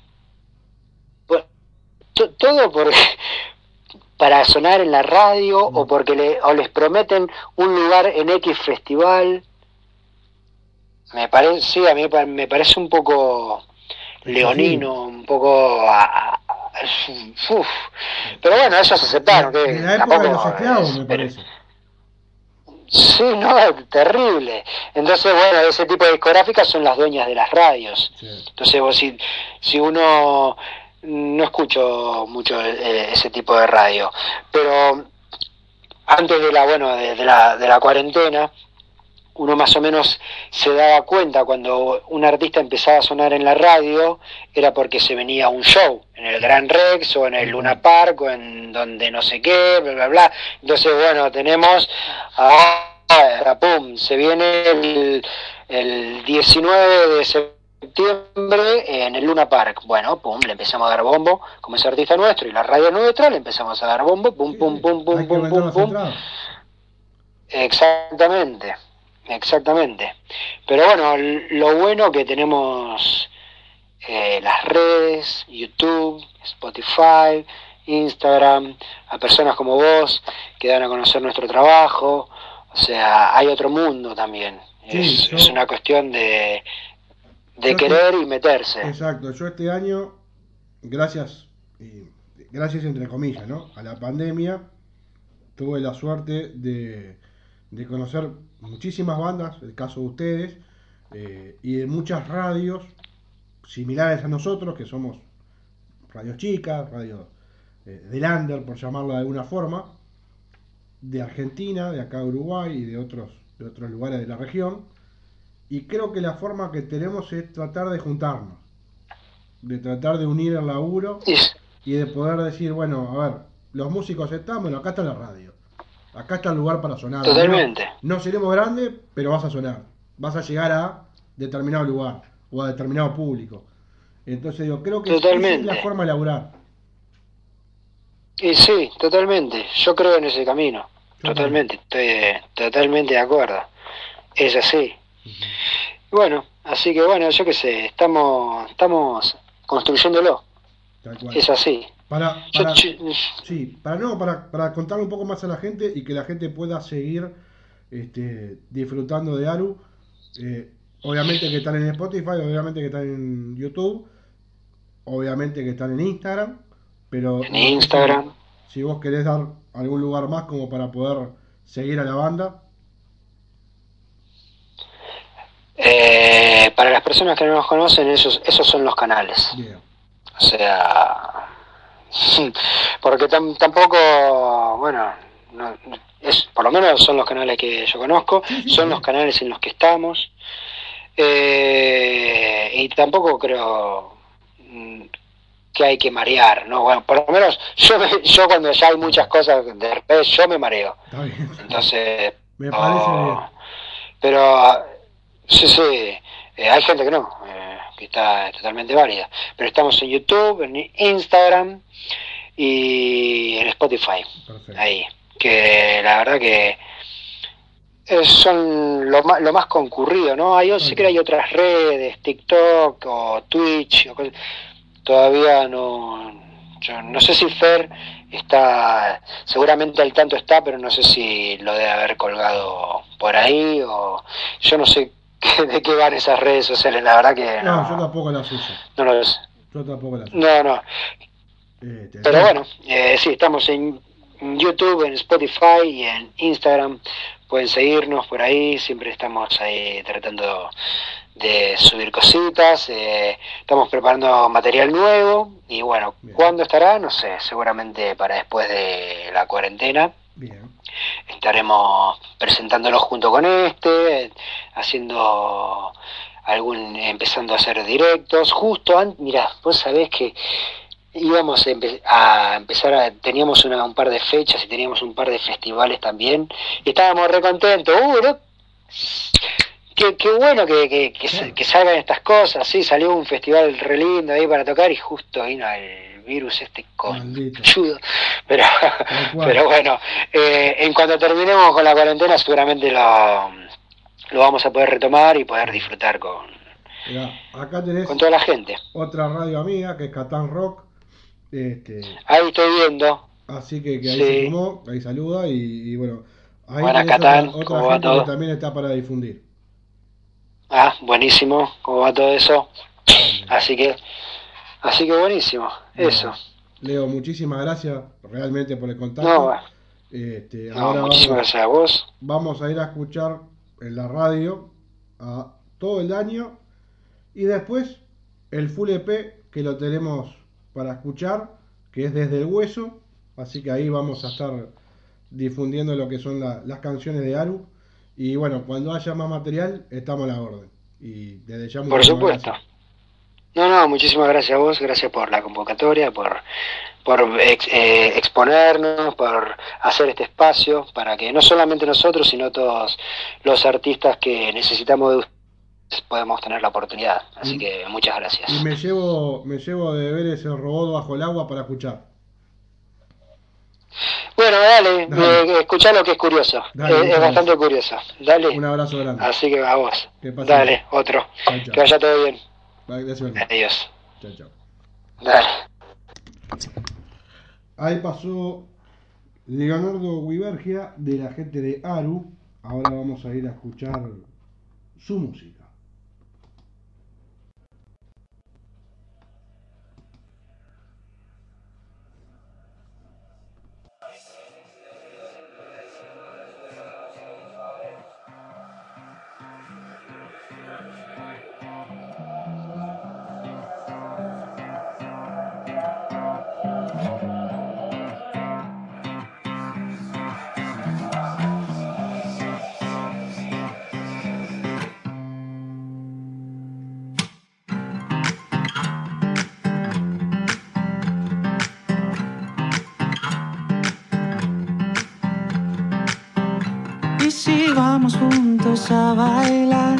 Todo porque para sonar en la radio o porque le, o les prometen un lugar en X festival. Me parece, sí, a mí me parece un poco leonino, un poco a, a, uf. Pero bueno, ellos aceptaron que en la época de los esclavos, me parece. Sí, no, es terrible. Entonces, bueno, ese tipo de discográficas son las dueñas de las radios. Sí. Entonces, vos, si, si uno... No escucho mucho eh, ese tipo de radio, pero antes de la, bueno, de, de la, de la cuarentena, uno más o menos se daba cuenta cuando un artista empezaba a sonar en la radio, era porque se venía un show, en el Gran Rex, o en el Luna Park, o en donde no sé qué, bla, bla, bla. Entonces, bueno, tenemos, ah, pum, se viene el, el diecinueve de septiembre, septiembre en el Luna Park. Bueno, pum, le empezamos a dar bombo, como es artista nuestro y la radio nuestra, le empezamos a dar bombo, pum, pum, pum, pum, pum, pum, pum. Exactamente, exactamente. Pero bueno, lo bueno que tenemos eh, las redes, YouTube, Spotify, Instagram, a personas como vos que dan a conocer nuestro trabajo. O sea, hay otro mundo también. Sí, es, yo... es una cuestión de de yo querer te... y meterse. Exacto, yo este año, gracias, y gracias entre comillas, ¿no? A la pandemia, tuve la suerte de, de conocer muchísimas bandas, el caso de ustedes, eh, y de muchas radios similares a nosotros, que somos radios chicas, radios eh, del under, por llamarlo de alguna forma, de Argentina, de acá de Uruguay y de otros, de otros lugares de la región. Y creo que la forma que tenemos es tratar de juntarnos, de tratar de unir el laburo y de poder decir, bueno, a ver, los músicos están, bueno, acá está la radio, acá está el lugar para sonar. Totalmente. No, no seremos grandes, pero vas a sonar, vas a llegar a determinado lugar o a determinado público. Entonces yo creo que esa es la forma de laburar. Y sí, totalmente, yo creo en ese camino, yo totalmente, también. Estoy totalmente de acuerdo, es así. Uh-huh. Bueno, así que bueno, yo qué sé, estamos estamos construyéndolo. Es así. Para, para, yo, sí, para no, para, para contarle un poco más a la gente y que la gente pueda seguir este, disfrutando de Aru. Eh, obviamente que están en Spotify, obviamente que están en YouTube, obviamente que están en Instagram, pero en Instagram. Si, si vos querés dar algún lugar más como para poder seguir a la banda. Eh, para las personas que no nos conocen, esos esos son los canales. Yeah. O sea, porque tam, tampoco, bueno, no, es, por lo menos son los canales que yo conozco, sí, sí, son sí. los canales en los que estamos. Eh, y tampoco creo que hay que marear, ¿no? Bueno, por lo menos yo, me, yo cuando ya hay muchas cosas de repente, yo me mareo. Está bien. Entonces, me parece oh, bien. Pero sí, sí, eh, hay gente que no, eh, que está totalmente válida. Pero estamos en YouTube, en Instagram y en Spotify. Perfecto. Ahí. que la verdad que eh, son lo más, lo más concurrido, ¿no? Hay, sí que hay otras redes, TikTok o Twitch, o, todavía no, yo no sé si Fer está, seguramente al tanto está, pero no sé si lo debe haber colgado por ahí, o yo no sé de qué van esas redes sociales, la verdad que no. No, yo tampoco las uso. No lo sé. Yo tampoco las uso. No, no. Eh, pero bueno, eh, sí, estamos en YouTube, en Spotify y en Instagram. Pueden seguirnos por ahí, siempre estamos ahí tratando de subir cositas, eh, estamos preparando material nuevo y bueno, Bien. ¿Cuándo estará? No sé, seguramente para después de la cuarentena. Bien. Estaremos presentándolo junto con este, haciendo algún, empezando a hacer directos, justo antes, mirá, vos sabés que íbamos a, empe a empezar a, teníamos una, un par de fechas y teníamos un par de festivales también, y estábamos re contentos, uh, ¿no? Qué, qué bueno que, que, que, que salgan estas cosas, sí, salió un festival re lindo ahí para tocar y justo vino el virus este conchudo, pero, pero bueno, eh, en cuanto terminemos con la cuarentena seguramente lo, lo vamos a poder retomar y poder disfrutar con, Mirá, acá tenés con toda la gente. Otra radio amiga que es Catán Rock. Este, ahí estoy viendo. Así que, que ahí sí. se sumó, ahí saluda y, y bueno, ahí Buenas, Catán, otra, otra gente que también está para difundir. Ah, buenísimo, cómo va todo eso. Bien. Así que, así que buenísimo, bueno, eso. Leo, muchísimas gracias realmente por el contacto. No, este, no ahora muchísimas vamos, gracias a vos. Vamos a ir a escuchar en la radio a todo el año y después el Full E P que lo tenemos para escuchar, que es Desde el Hueso, así que ahí vamos a estar difundiendo lo que son la, las canciones de Aru. Y bueno, cuando haya más material, estamos a la orden. Y desde ya por supuesto. Gracias. No, no, muchísimas gracias a vos, gracias por la convocatoria, por, por ex, eh, exponernos, por hacer este espacio, para que no solamente nosotros, sino todos los artistas que necesitamos de ustedes podemos tener la oportunidad. Así y, que muchas gracias. Y me llevo, me llevo de ver ese robot bajo el agua para escuchar. Bueno, dale, dale. Eh, escuchá lo que es curioso, dale, eh, es bastante gracias. curioso. Dale. Un abrazo grande. Así que a vos. Dale, otro. Chau, chau. Que vaya todo bien. Vale, adiós. Chao, chao. Dale. Ahí pasó Leonardo Guibergia de la gente de Aru. Ahora vamos a ir a escuchar su música. Vamos juntos a bailar,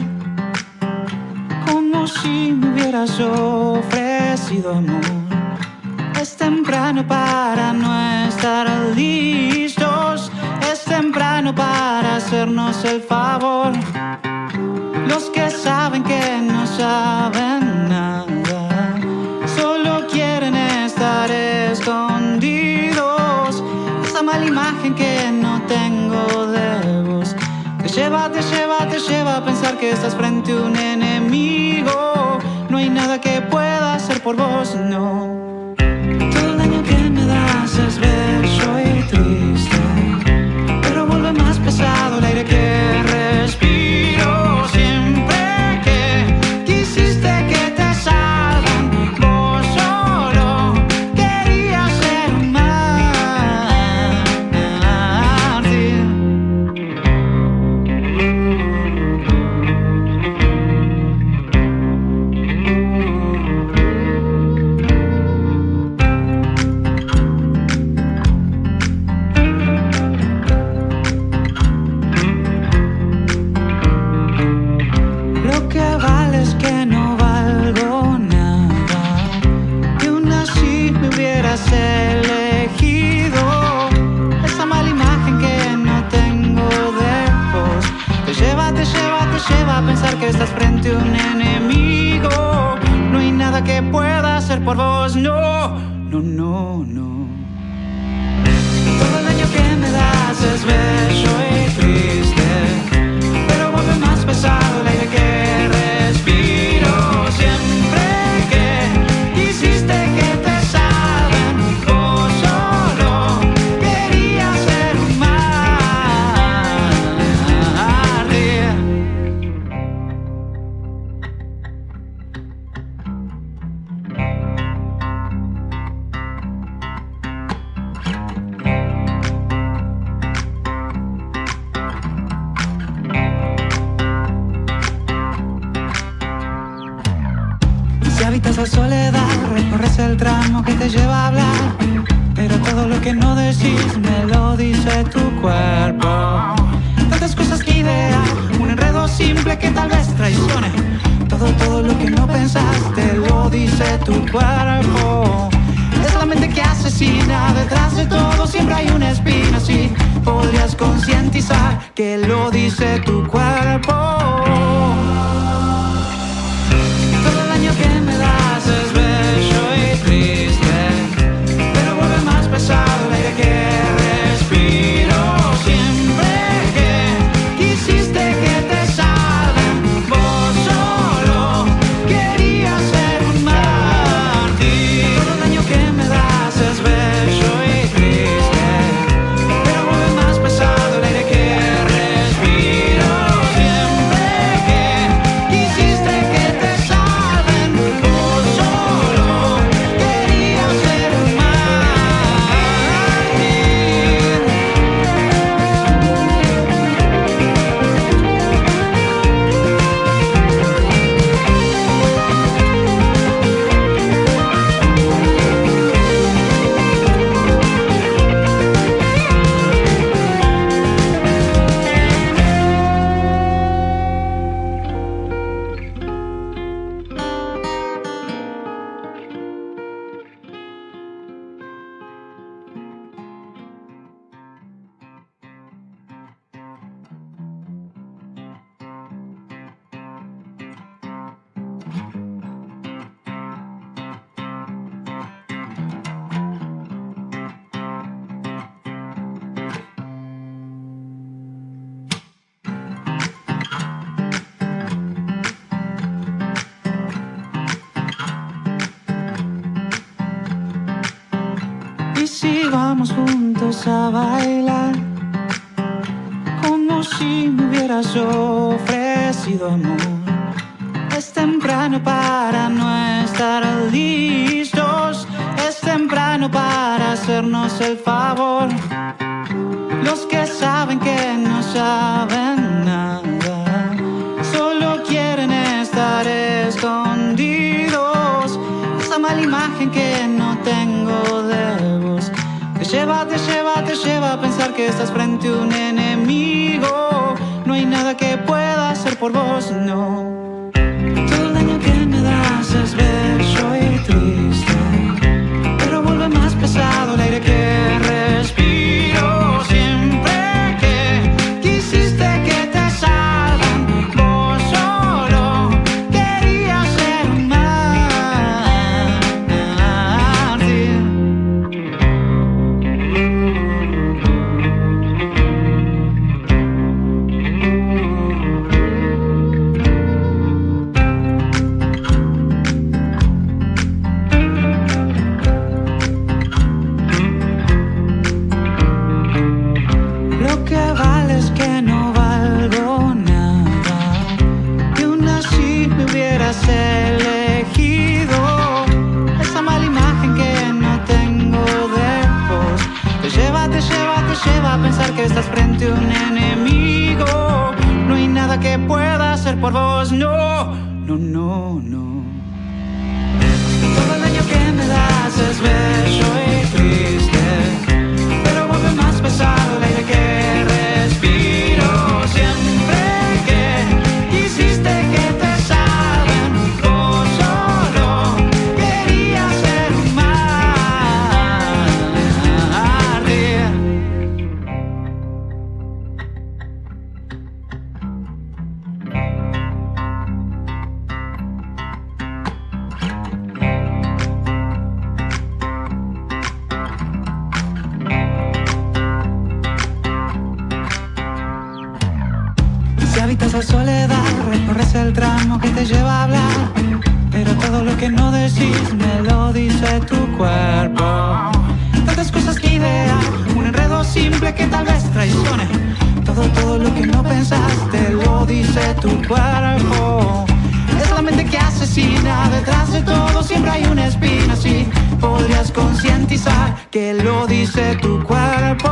como si me hubieras ofrecido amor. Es temprano para no estar listos, es temprano para hacernos el favor. Los que saben que no saben nada, solo quieren estar escondidos. Esa mala imagen que no tengo de vos te lleva, te lleva, te lleva a pensar que estás frente a un enemigo. No hay nada que pueda hacer por vos, no. Todo el daño que me das es bello y triste, pero vuelve más pesado el aire que respiro. Siempre que quisiste que te salgan, vos solo querías ser un mártir. que estás frente a un enemigo. No hay nada que pueda hacer por vos, no, no, no, no. Todo el daño que me das es bello y triste, pero vuelve más pesado el aire que respiro. Siempre que quisiste que te salven, vos solo querías ser un mártir. Si habitas la soledad, recorres el tramo que te lleva a hablar, pero todo lo que no decís me lo dice tu cuerpo. Tantas cosas que idear, un enredo simple que tal vez traicione. Todo, todo lo que no pensaste lo dice tu cuerpo. Es la mente que asesina, detrás de todo siempre hay una espina. Si podrías concientizar que lo dice tu cuerpo. Que me das es bello y triste, pero vuelve más pesado el aire que respiro. Siempre que quisiste que te salven, vos solo querías ser un mártir. Todo el daño que me das es bello y triste, pero vuelve más pesado el aire que respiro. Siempre que quisiste que te salven, y si vamos juntos a bailar, como si me hubieras ofrecido amor. Es temprano para no estar listos, es temprano para hacernos el favor. Los que saben que no saben nada, solo quieren estar escondidos. Esa mala imagen que no tengo de vos, te lleva, te lleva, te lleva a pensar que estás frente a un enemigo. No hay nada que pueda hacer por vos, no. Todo el daño que me das es bello y triste, pero vuelve más pesado el aire que respiro. Siempre que quisiste que te salvan, vos solo querías ser un mártir. Elegido, esa mala imagen que no tengo de vos, te lleva, te lleva, te lleva a pensar que estás frente a un enemigo. No hay nada que pueda hacer por vos, no, no, no, no. Todo el daño que me das es bello y triste, pero vuelve más pesado el aire que respiro. Siempre que quisiste que te ritmo que te lleva a hablar, pero todo lo que no decís me lo dice tu cuerpo. Tantas cosas que idear, un enredo simple que tal vez traicione. Todo, todo lo que no pensaste lo dice tu cuerpo. Es la mente que asesina, detrás de todo siempre hay una espina. Si podrías concientizar que lo dice tu cuerpo.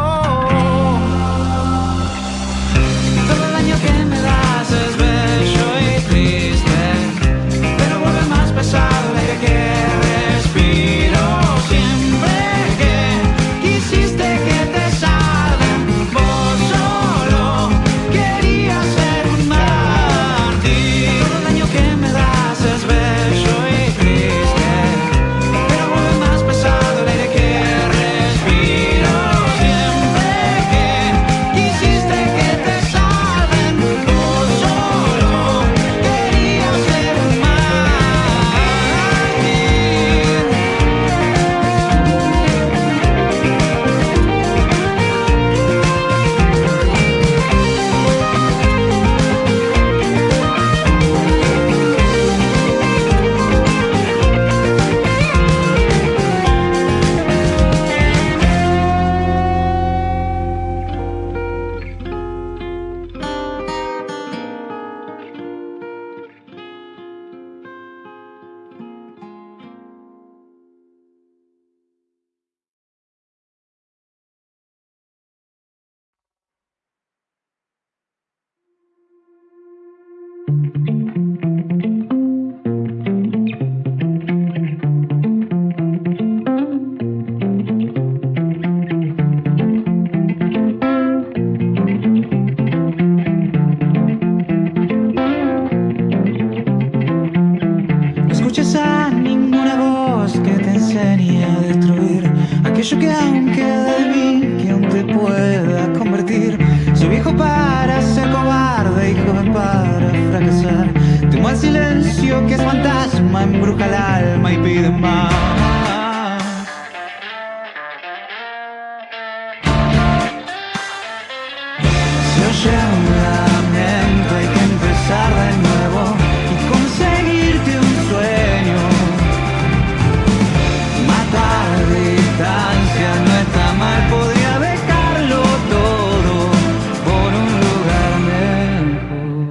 Todo el daño que me das es bello y triste, pero vuelve más pesado el aire que respiro. Siempre que quisiste que te salven, vos solo querías ser un mártir. Todo el daño que me das es bello y triste, pero vuelve más pesado el aire que respiro. Siempre que quisiste que te salven, vos solo querías ser un mártir. No escuches a ninguna voz que te enseñe a destruir aquello que aún queda de mí, que aún te pueda convertir. Soy viejo para ser cobarde y joven para fracasar. Temo al silencio que es fantasma, embruja el alma y pide más. Se oye un lamento, hay que empezar de nuevo y conseguirte un sueño. Matar distancia no está mal, podría dejarlo todo por un lugar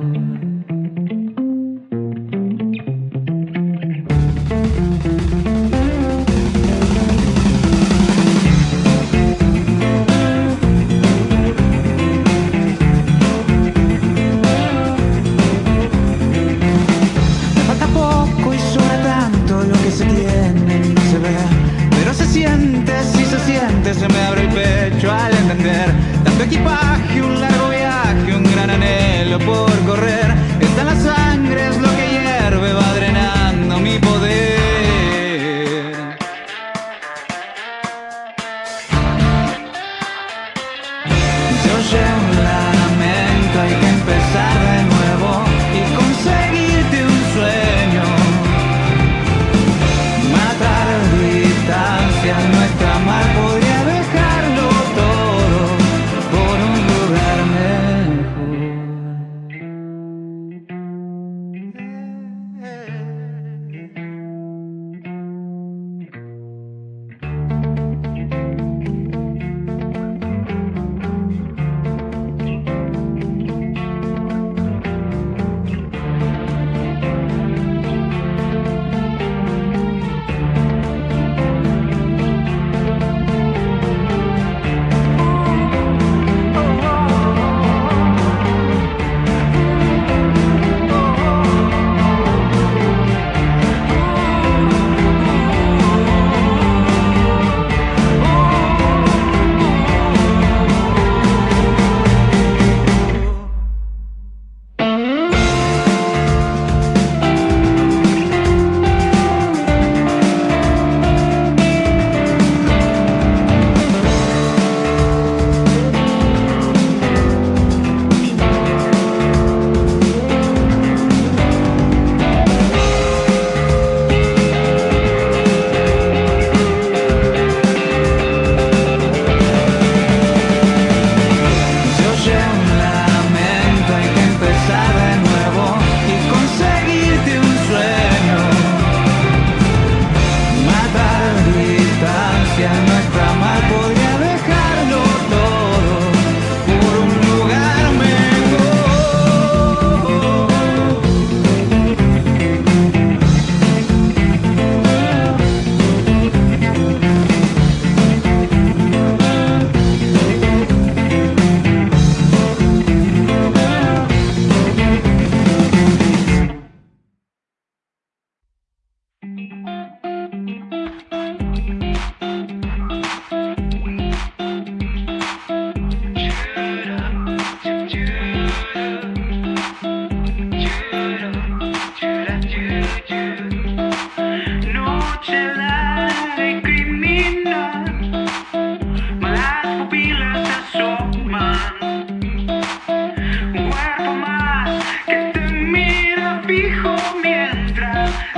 mejor.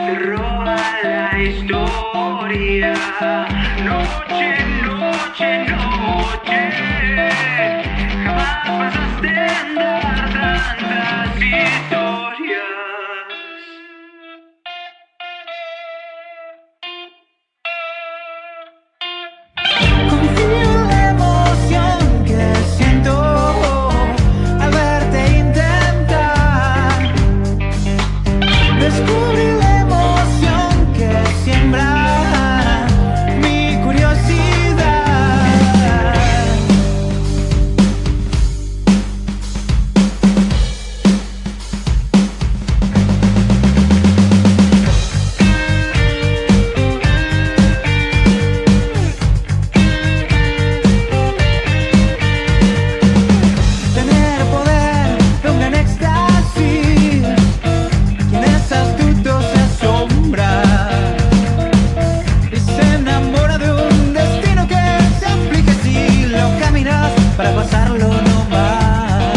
te roba la historia. Noche, noche, noche, jamás pasaste en dar tantas historias. Confío en la emoción que siento al verte intentar. Descubrí la emoción que siembra mi curiosidad. Tener poder de un gran éxtasis, quien es astuto se asombra y se enamora de un destino que se aplica si lo caminas para pasarlo nomás.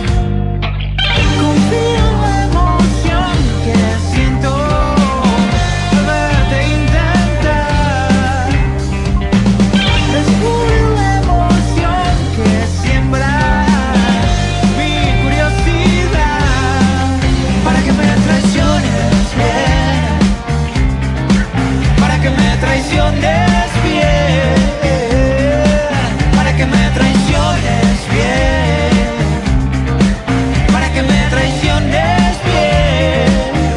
Confío en la emoción que siento al verte intentar. Descubrí la emoción que siembra mi curiosidad. Para que me traiciones bien, para que me traiciones bien, para que me traiciones bien, para que me traiciones bien.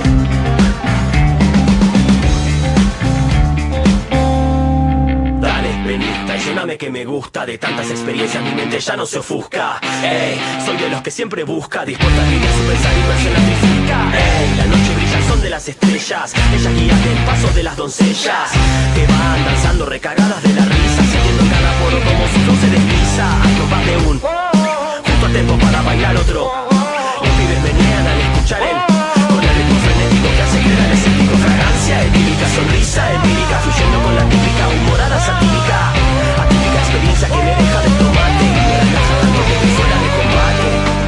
Dale, vení, traicioname que me gusta. De tantas experiencias mi mente ya no se ofusca. Ey, soy de los que siempre busca, dispuesta a vivir su pensar y verse la trifica. Ey, la noche brilla al son de las estrellas, ellas guían el paso de las doncellas que van danzando recagadas de la risa, sintiendo cada poro como su flow se desliza. Hay no más de un justo a tiempo para bailar otro. Los pibes menean al escuchar el con el ritmo frenético que acelera el escéptico. Fragancia, etílica sonrisa, empírica, fluyendo con la típica humorada satírica. Atípica experiencia que me deja de tomate y me relaja tanto que estoy fuera de combate.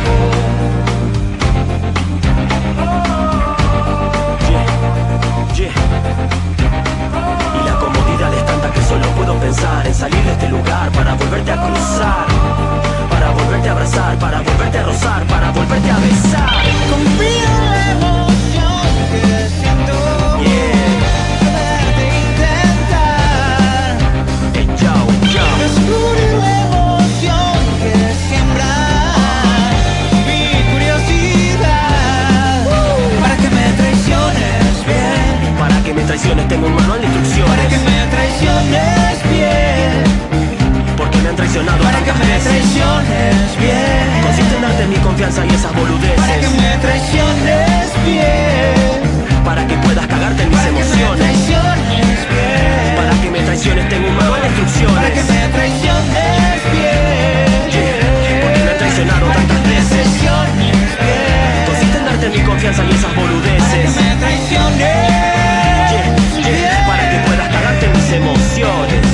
Yeah, yeah. Y la comodidad es tanta que solo puedo pensar en salir de este lugar para volverte a cruzar, para volverte a abrazar, para volverte a rozar, para volverte a besar. Confío en la emoción que siento al verte intentar. Hey, yo, yo. Descubrí la emoción que siembra mi curiosidad. Para que me traiciones bien, Para que me traiciones tengo un manual de instrucciones. para que me traiciones bien, Porque me han traicionado para que tantas me veces. traiciones bien, Consiste en darte mi confianza y esas para que boludeces, me traiciones bien, para que puedas cagarte en mis para que me emociones. traiciones bien, Para que me traiciones tengo un manual de para que instrucciones. me traiciones bien, Yeah, porque me han traicionado para que tantas me veces. traiciones bien, Consiste en darte mi confianza y esas para que boludeces. me traiciones Yeah, yeah, para que puedas cagarte en mis emociones.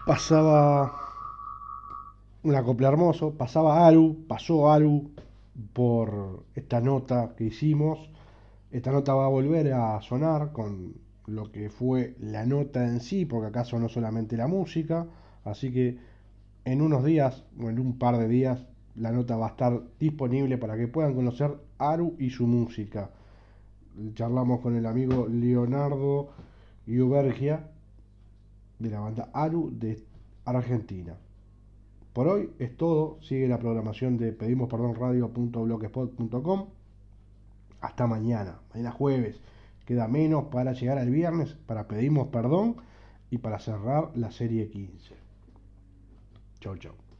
pasaba una copla hermoso, pasaba Aru, pasó Aru por esta nota que hicimos. Esta nota va a volver a sonar con lo que fue la nota en sí, porque acá sonó solamente la música, así que en unos días o en un par de días la nota va a estar disponible para que puedan conocer Aru y su música. Charlamos con el amigo Leonardo Iubergia de la banda Aru de Argentina. Por hoy es todo. Sigue la programación de pedimos perdón radio punto blogspot punto com. Hasta mañana, mañana jueves. Queda menos para llegar al viernes, para pedimos perdón y para cerrar la serie quince. Chau, chau.